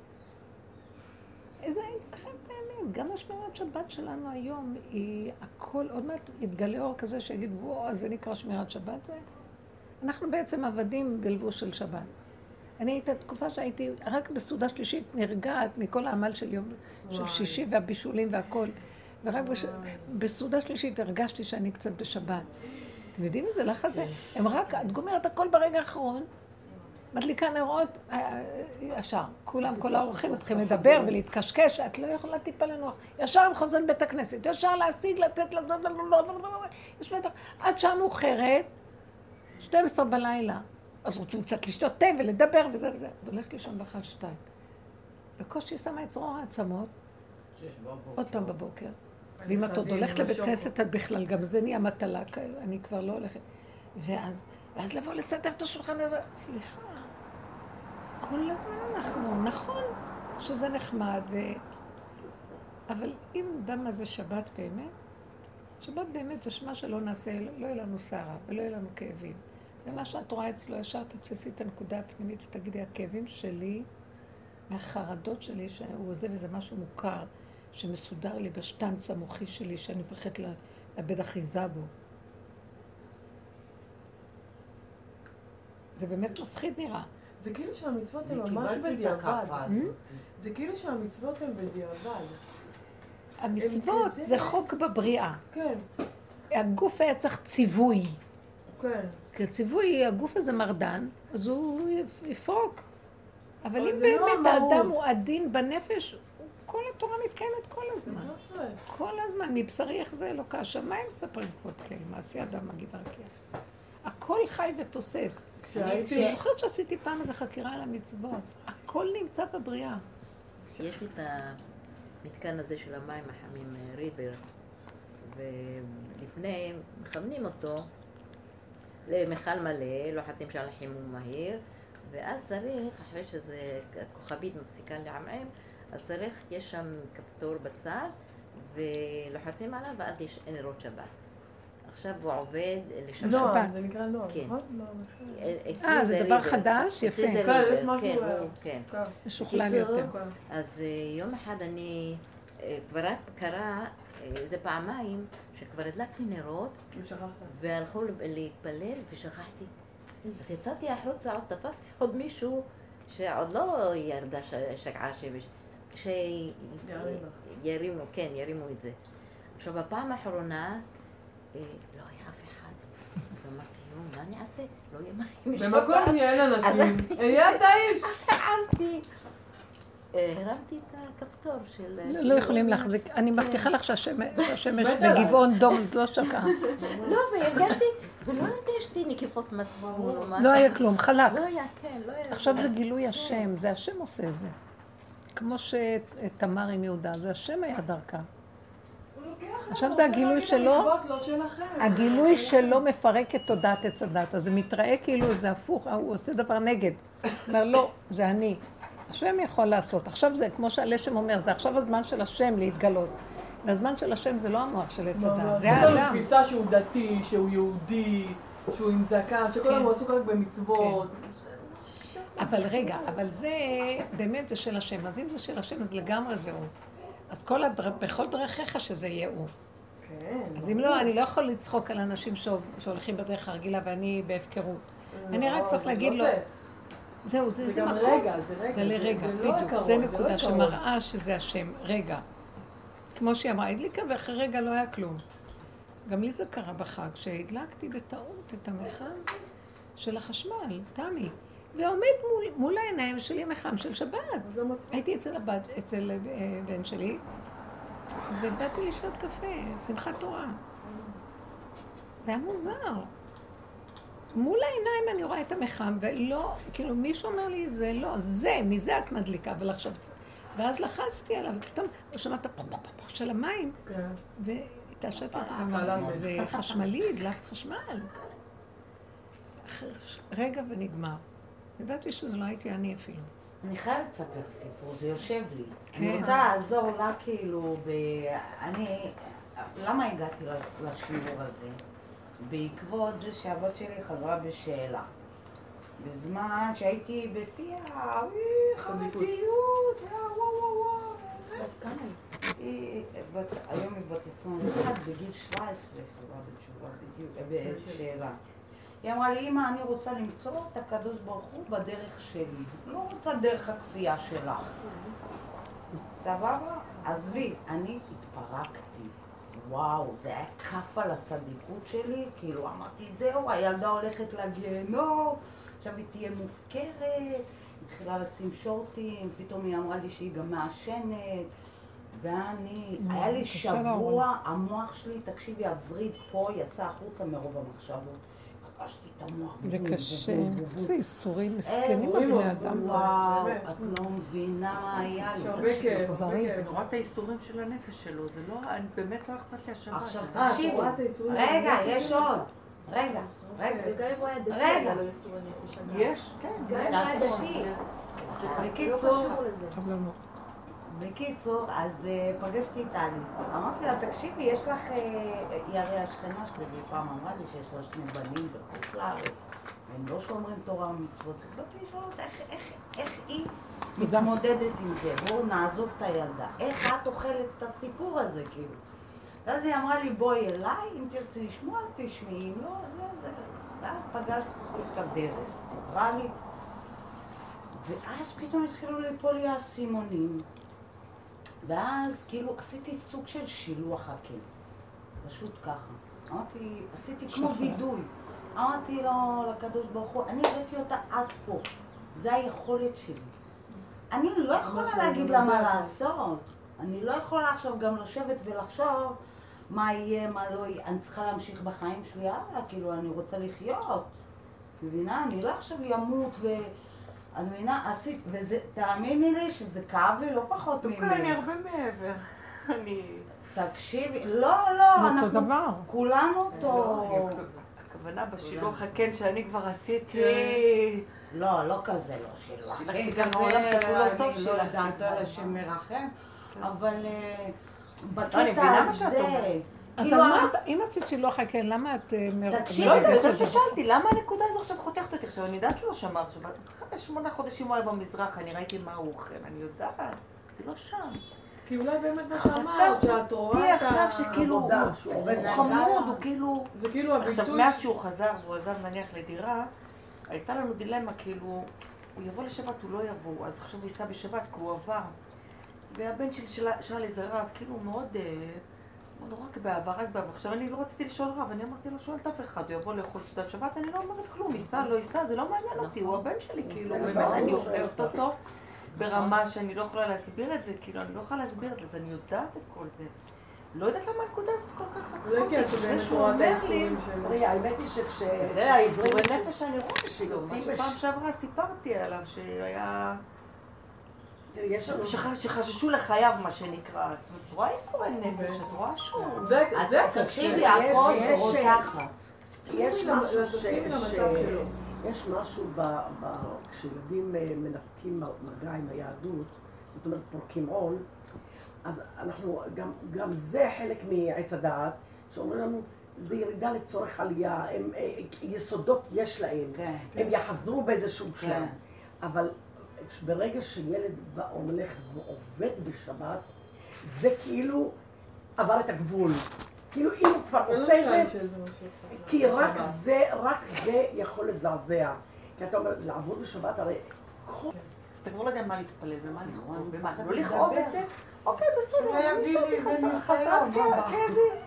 איזה לכם את האמת, גם השמירת שבת שלנו היום היא הכל, עוד מעט יתגלה אור כזה שיגיד, וואו, זה נקרא שמירת שבת זה? אנחנו בעצם עבדים בלבוש של שבת. אני הייתה תקופה שהייתי רק בסעודה שלישית נרגעת מכל העמל של יום, של שישי והבישולים והכל. ורק בש... בסעודה שלישית הרגשתי שאני קצת בשבת. אתם יודעים איזה לחץ זה? הם רק, את גומרת הכל ברגע האחרון, מדליקה נרות, ישר. כולם, כל האורחים מתחילים לדבר ולהתקשקש, את לא יכולה טיפה לנוח. ישר הם חוזרים בית הכנסת, ישר להשיג, לתת, יש בטח, עד שעה מאוחרת, שתים עשרה בלילה. אז רוצים קצת לשתות תה ולדבר וזה וזה. הולכת לישון באחת שתיים. בקושי שמה את זרוע העצמות, עוד פעם בבוקר. ואם את עוד הולכת לבית כנסת, את בכלל, גם זה נהיה מטלה, אני כבר לא הולכת. ואז, ואז לבוא לסדר את השולחן הזה, סליחה, כל הזמן אנחנו, נכון שזה נחמד, ו... אבל אם דם הזה שבת באמת, שבת באמת זה שמה שלא נעשה, לא יהיה לנו שערה ולא יהיה לנו כאבים. ומה שאת רואה אצלו, ישר תתפסי את הנקודה הפנימית ותגידי, הכאבים שלי, מהחרדות שלי, שהוא עוזב איזה משהו מוכר, שמסודר לי בשטנץ המוחי שלי, שאני מפחדת לאבד אחיזה בו. זה באמת מפחיד נראה. זה כאילו שהמצוות הן ממש בדיעבד. זה כאילו שהמצוות הן בדיעבד. המצוות זה חוק בבריאה. כן. הגוף היה צריך ציווי. כן. כי הציווי, הגוף הזה מרדן, אז הוא יפרוק. אבל אם באמת האדם הוא עדין בנפש, כל התורה מתקיימת כל הזמן. כל הזמן, מבשרי איך זה אלוקה. השמיים מספרים כבוד כל, מעשי אדם מגיד הרקיע. הכל חי ותוסס. אני זוכרת שעשיתי פעם איזו חקירה על המצוות. הכל נמצא בבריאה. יש לי את המתקן הזה של המים החמים, ריבר, ולפני מכוונים אותו למכל מלא, לוחצים שעל חימום מהיר, ואז צריך, אחרי שזה כוכבית מפסיקה לעמעם, אז צריך, יש שם כפתור בצד, ולוחצים עליו, ואז יש נרות שבת. עכשיו הוא עובד לשם שבת. נועם, זה נקרא נועם, נכון? אה, זה דבר חדש, יפה. כן, כן. משוכלל יותר. אז יום אחד אני, כבר רק קרה איזה פעמיים, שכבר הדלקתי נרות, והלכו להתפלל ושכחתי. אז יצאתי החוצה, עוד תפסתי עוד מישהו שעוד לא ירדה שקעה השמש. שירימו, כן, ירימו את זה. עכשיו, בפעם האחרונה, לא היה אף אחד. אז אמרתי, מה אני אעשה? לא יהיה מים משבת. במקום יהיה לנתים. היה את האיש. אז העזתי. הרמתי את הכפתור של... לא יכולים להחזיק. אני מבטיחה לך שהשמש בגבעון דום לא שקעה. לא, והרגשתי, ולא הרגשתי נקיפות מצפון. לא היה כלום, חלק. לא היה, כן, לא היה. עכשיו זה גילוי השם, זה השם עושה את זה. כמו שתמר עם יהודה, זה השם היה דרכה. עכשיו זה הגילוי שלו, הגילוי שלו מפרק את תודעת עץ הדת, אז זה מתראה כאילו זה הפוך, הוא עושה דבר נגד. אומר לא, זה אני. השם יכול לעשות. עכשיו זה, כמו שהלשם אומר, זה עכשיו הזמן של השם להתגלות. והזמן של השם זה לא המוח של עץ הדת, זה האדם. יש לנו תפיסה שהוא דתי, שהוא יהודי, שהוא עם זקן, שכולם הוא עסוק רק במצוות. אבל רגע, אבל זה באמת זה של השם, אז אם זה של השם אז לגמרי זה הוא. אז כל הדר... בכל דרכיך שזה יהיה הוא. כן. אז אם לא, אני לא יכול לצחוק על אנשים שהולכים בדרך הרגילה ואני בהפקרות. אני רק צריך להגיד לו, זהו, זה זה מקום. זה גם רגע, זה רגע. זה לרגע, בדיוק, זה נקודה שמראה שזה השם, רגע. כמו שהיא אמרה, הדליקה ואחרי רגע לא היה כלום. גם לי זה קרה בחג, שהדלקתי בטעות את המכל של החשמל, תמי. ועומד מול, מול העיניים שלי מחם של שבת. הייתי אצל הבת, אצל בן שלי, ובאתי לשתות קפה, שמחת תורה. זה היה מוזר. מול העיניים אני רואה את המחם, ולא, כאילו מישהו אומר לי, זה לא, זה, מזה את מדליקה, אבל עכשיו... ואז לחצתי עליו, ופתאום שמעת פופופופופ של המים, והתעשתי ואמרתי, זה חשמלי, הדלקת חשמל. רגע ונגמר. ידעתי שזה לא הייתי אני אפילו. אני חייבת לספר סיפור, זה יושב לי. אני רוצה לעזור לה כאילו ב... אני... למה הגעתי לשיעור הזה? בעקבות זה שהבת שלי חזרה בשאלה. בזמן שהייתי בשיא החרדיות, וואו וואו וואו. היום היא בת עשרים ואחת, בגיל שבע עשרה חזרה בתשובה, בדיוק, בשאלה. היא אמרה לי, אמא, אני רוצה למצוא את הקדוש ברוך הוא בדרך שלי. לא רוצה דרך הכפייה שלך. סבבה? עזבי, אני התפרקתי. וואו, זה היה כף על הצדיקות שלי. כאילו, אמרתי, זהו, הילדה הולכת לגיהנום, עכשיו היא תהיה מופקרת. התחילה לשים שורטים, פתאום היא אמרה לי שהיא גם מעשנת. ואני, היה לי שבוע, המוח שלי, תקשיבי, הווריד פה יצא החוצה מרוב המחשבות. חשתי את המוח. זה קשה. זה איסורים מסכנים בבני אדם. וואו, את לא מבינה מה היה לי. הרבה כאב, אני רואה את האיסורים של הנפש שלו, זה לא, אני באמת לא אכפת לי השבת. עכשיו תקשיבו, רגע, יש עוד. רגע, רגע. וגם אם הוא היה דתי, היה לו איסורי נפש. יש, כן. גם אם הוא היה דתי. בקיצור, בקיצור, אז פגשתי את אליס. אמרתי לה, תקשיבי, יש לך, היא הרי השכנה שלי, והיא פעם אמרה לי שיש לה שני בנים בחוץ לארץ, והם לא שומרים תורה ומצוות. באתי לשאול אותה, איך היא מתמודדת עם זה? בואו נעזוב את הילדה. איך את אוכלת את הסיפור הזה, כאילו? ואז היא אמרה לי, בואי אליי, אם תרצי לשמוע, תשמעי, אם לא, זה, זה. ואז פגשתי את הדרך, סיפרה לי. ואז פתאום התחילו ליפול לי האסימונים. ואז כאילו עשיתי סוג של שילוח הכאב. פשוט ככה. אמרתי, עשיתי כמו וידוי. אמרתי לו, לקדוש ברוך הוא, אני הבאתי אותה עד פה. זה היכולת שלי. אני לא יכולה להגיד לה מה לעשות. אני לא יכולה עכשיו גם לשבת ולחשוב מה יהיה, מה לא יהיה. אני צריכה להמשיך בחיים שלי הלאה, כאילו אני רוצה לחיות. מבינה? אני לא עכשיו ימות ו... אני מבינה, עשית, וזה, תאמיני לי שזה כאב לי לא פחות ממך. דווקא אני הרבה מעבר. אני... תקשיבי, לא, לא, אנחנו כולנו טוב. הכוונה בשילוח הכן שאני כבר עשיתי... לא, לא כזה לא שילוח. אני גם העולם שאפילו לא טוב שלך. אני לא יודעת שמרחם, אבל בקטע הזה... אז אמרת, אם עשית שילוח הכן, למה את... לא יודעת, זה ששאלתי, למה הנקודה הזו עכשיו חותכת אותי? עכשיו, אני יודעת שהוא לא שמר, שמונה חודשים הוא היה במזרח, אני ראיתי מה הוא אוכל, אני יודעת, זה לא שם. כי אולי באמת מה שאמרת, שאת רואה את עכשיו שכאילו הוא חמוד, הוא כאילו... זה כאילו הביטוי... עכשיו, מאז שהוא חזר והוא עזב נניח לדירה, הייתה לנו דילמה, כאילו, הוא יבוא לשבת, הוא לא יבוא, אז עכשיו הוא ייסע בשבת, כי הוא עבר. והבן שלי שאל איזה רב, כאילו מאוד... נורא כבעבר, רק בעבר. עכשיו, אני לא רציתי לשאול רב, אני אמרתי לו, שואלת אף אחד, הוא יבוא לאכול סעודת שבת, אני לא אומרת כלום, ייסע, לא ייסע, זה לא מעניין אותי, הוא הבן שלי, כאילו, באמת, אני אוהבת אותו ברמה שאני לא יכולה להסביר את זה, כאילו, אני לא יכולה להסביר את זה, אז אני יודעת את כל זה. לא יודעת למה הנקודה הזאת כל כך חתכה. זה שהוא אומר לי... תראי, האמת היא שכש... זה האיסורי נפש שאני רואה שלו, מה שפעם שעברה סיפרתי עליו, שהיה... שחששו לחייו, מה שנקרא. זאת אומרת, את רואה איסורי נפש, את רואה שהוא... זה תקשיבי, הכל רותחת. יש משהו ש... יש משהו כשילדים מנתקים מגע עם היהדות, זאת אומרת פורקים עול, אז אנחנו, גם זה חלק מעץ הדעת, שאומרים לנו, זה ירידה לצורך עלייה, יסודות יש להם, הם יחזרו באיזשהו שלב. אבל ברגע שילד בא הולך ועובד בשבת, זה כאילו עבר את הגבול. כאילו אם הוא כבר עושה את זה, כי רק זה, רק זה יכול לזעזע. כי אתה אומר, לעבוד בשבת הרי... אתה כבר לא יודע מה להתפלל ומה לכאוב, ומה לא לכאוב את זה? אוקיי, בסדר, אני שואלתי חסרת כאבים.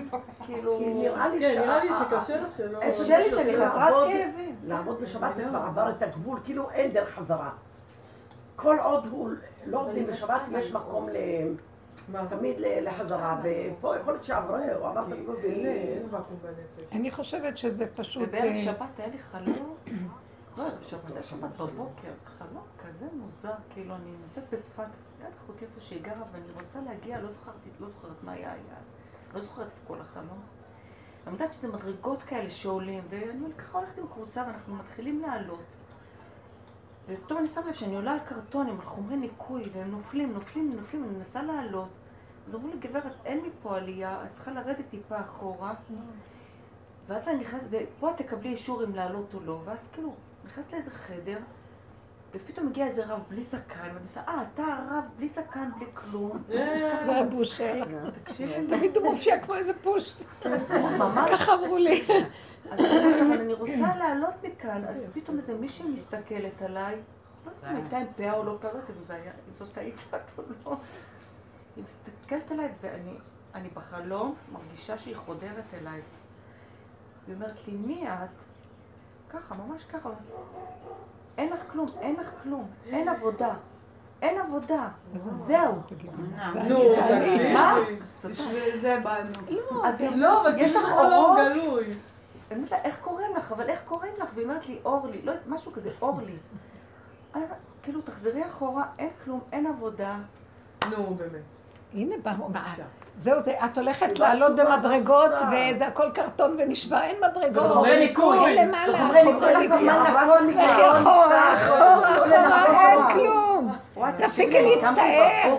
כאילו... כי נראה לי כן, נראה לי שקשה לך שלא... קשה לי שאני חסרת כאבים. לעבוד בשבת זה כבר עבר את הגבול, כאילו אין דרך חזרה. כל עוד הוא לא עובדים בשבת, יש מקום תמיד לחזרה, ופה יכול להיות שעברה, הוא עבר את הכל אין ואקום בנפש. אני חושבת שזה פשוט... ובערב שבת היה לי חלום, לא ערב שבת, היה שבת בבוקר, חלום כזה מוזר, כאילו אני נמצאת בצפת, ליד אחותי איפה שהיא גרה, ואני רוצה להגיע, לא זוכרתי, לא זוכרת מה היה היעד, לא זוכרת את כל החלום. אני יודעת שזה מדרגות כאלה שעולים, ואני ככה הולכת עם קבוצה ואנחנו מתחילים לעלות. ופתאום אני שם לב שאני עולה על קרטונים, על חומרי ניקוי, והם נופלים, נופלים, נופלים, אני מנסה לעלות. אז אמרו לי, גברת, אין לי פה עלייה, את צריכה לרדת טיפה אחורה. ואז אני נכנסת, ופה תקבלי אישור אם לעלות או לא, ואז כאילו, נכנסת לאיזה חדר, ופתאום הגיע איזה רב בלי זקן, ואני עושה, אה, אתה הרב בלי זקן, בלי כלום. זה הבושה. תקשיבי. תמיד הוא מופיע כמו איזה פושט. ממש. ככה אמרו לי. אז אני רוצה לעלות מכאן, אז פתאום איזה מישהי מסתכלת עליי, לא יודעת אם הייתה עם פאה או לא פאה, לא יודעת אם זאת הייתה או לא. היא מסתכלת עליי ואני בחלום מרגישה שהיא חודרת אליי. היא אומרת לי, מי את? ככה, ממש ככה. אין לך כלום, אין לך כלום, אין עבודה. אין עבודה. זהו. נו, תקשיבי. מה? זה באנו. אז לא, אבל יש לך חלום אורות? גלוי. אני אומרת לה, איך קוראים לך? אבל איך קוראים לך? והיא אומרת לי, אורלי. לא יודעת, משהו כזה, אורלי. כאילו, תחזרי אחורה, אין כלום, אין עבודה. נו, באמת. הנה, זהו, זה, את הולכת לעלות במדרגות, וזה הכל קרטון ונשבע, אין מדרגות. וחומרי ניקוי. אין למעלה. וחומרי ניקוי. לכי אחורה, אחורה, אחורה, אין כלום. תפסיקי להצטער.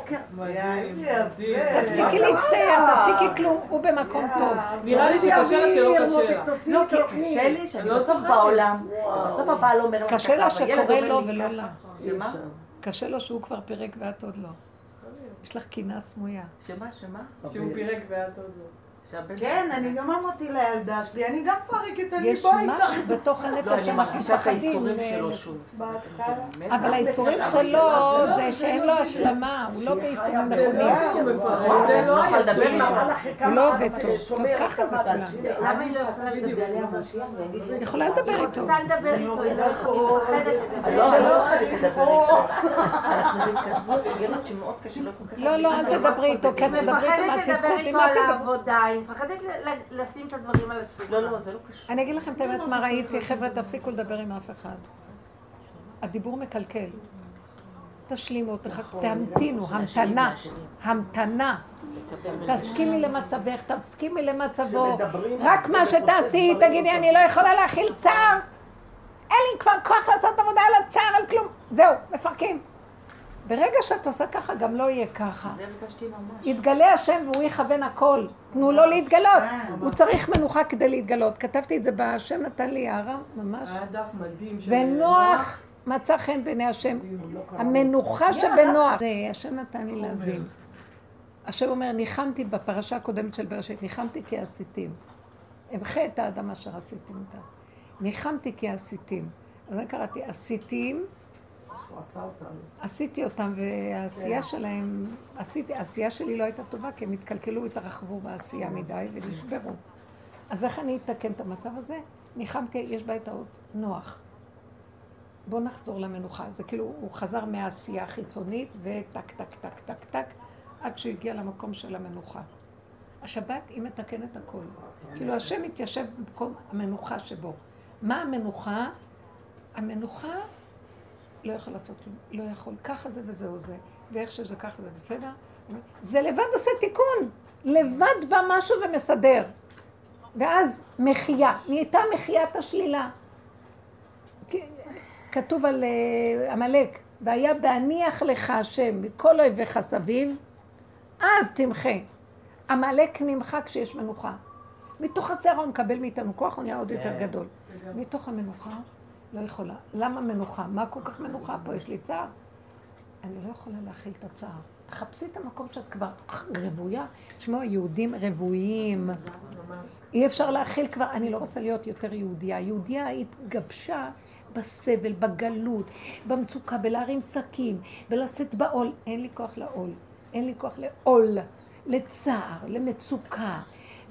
תפסיקי להצטער, תפסיקי כלום, הוא במקום טוב. נראה לי שקשה לה שלא קשה לה. לא, כי קשה לי שאני בסוף בעולם, ובסוף הבעל אומר לך קשה לה שקורה לו ולא לה. שמה? קשה לו שהוא כבר פירק ואת עוד לא. יש לך קינה סמויה. שמה, שמה? שהוא פירק ואת עוד לא. כן, אני גם אמרתי לילדה שלי, אני גם פרקת, אני יש בוא איתך. משהו בתוך הנפש לא, אני שאנחנו מרגישה את מפחדים. האיסורים שלו שוב. אבל האיסורים שלו זה שאין לו השלמה, הוא לא באיסורים נכונים. זה לא היה לדבר איתו. הוא לא עובד טוב. טוב, ככה זה כולם. למה היא לא יכולה לדבר עליה המשיח ויגיד לי? היא יכולה לדבר איתו. רוצה לדבר איתו, היא לא מפחדת אני לא יכולה לדבר איתו. אנחנו כתבו ילד שמאוד קשה, לא יכולה... לא, לא, אל תדברי איתו, כי את תדברי איתו מהצדקות, אם את תדברי. העבודה, היא מפחדת לשים את הדברים על עצמך. לא, לא, זה לא קשור. אני אגיד לכם את האמת מה ראיתי, חבר'ה, תפסיקו לדבר עם אף אחד. הדיבור מקלקל. תשלימו, תמתינו, המתנה, המתנה. תסכימי למצבך, תסכימי למצבו. רק מה שתעשי, תגידי, אני לא יכולה להכיל צער. אין לי כבר כוח לעשות עבודה על הצער, על כלום. זהו, מפרקים. ברגע שאת עושה ככה, גם לא יהיה ככה. זה הרגשתי ממש. יתגלה השם והוא יכוון הכל. תנו לו להתגלות. הוא צריך מנוחה כדי להתגלות. כתבתי את זה בשם נתן לי הערה, ממש. היה דף מדהים. ונוח מצא חן בעיני השם. המנוחה שבנוח. זה השם נתן לי להבין. השם אומר, ניחמתי בפרשה הקודמת של בראשית, ניחמתי כי עשיתים. אמחה את האדם אשר עשיתים אותה. ניחמתי כי עשיתים. אז אני קראתי, עשיתים. עשיתי אותם, והעשייה שלהם, עשיתי, העשייה שלי לא הייתה טובה, כי הם התקלקלו, התרחבו בעשייה מדי ונשברו. אז איך אני אתקן את המצב הזה? ניחמתי, יש בה את האות נוח. בואו נחזור למנוחה. זה כאילו, הוא חזר מהעשייה החיצונית, וטק, טק, טק, טק, טק, עד שהוא הגיע למקום של המנוחה. השבת היא מתקנת הכל. כאילו, השם מתיישב במקום המנוחה שבו. מה המנוחה? המנוחה לא יכול לעשות כלום, לא יכול, ככה זה וזהו זה, ואיך שזה ככה זה בסדר. זה לבד עושה תיקון, לבד בא משהו ומסדר. ואז מחייה, נהייתה מחיית השלילה. כתוב על עמלק, והיה בהניח לך השם מכל אויביך סביב, אז תמחה. עמלק נמחה כשיש מנוחה. מתוך הצער הוא מקבל מאיתנו כוח, הוא נהיה עוד יותר גדול. מתוך המנוחה, לא יכולה. למה מנוחה? מה כל כך מנוחה פה? יש לי צער? אני לא יכולה להכיל את הצער. תחפשי את המקום שאת כבר רבויה. תשמעו, יהודים רבויים. אי אפשר להכיל כבר, אני לא רוצה להיות יותר יהודיה. יהודיה התגבשה בסבל, בגלות, במצוקה, בלהרים שקים, בלשאת בעול. אין לי כוח לעול. אין לי כוח לעול, לצער, למצוקה,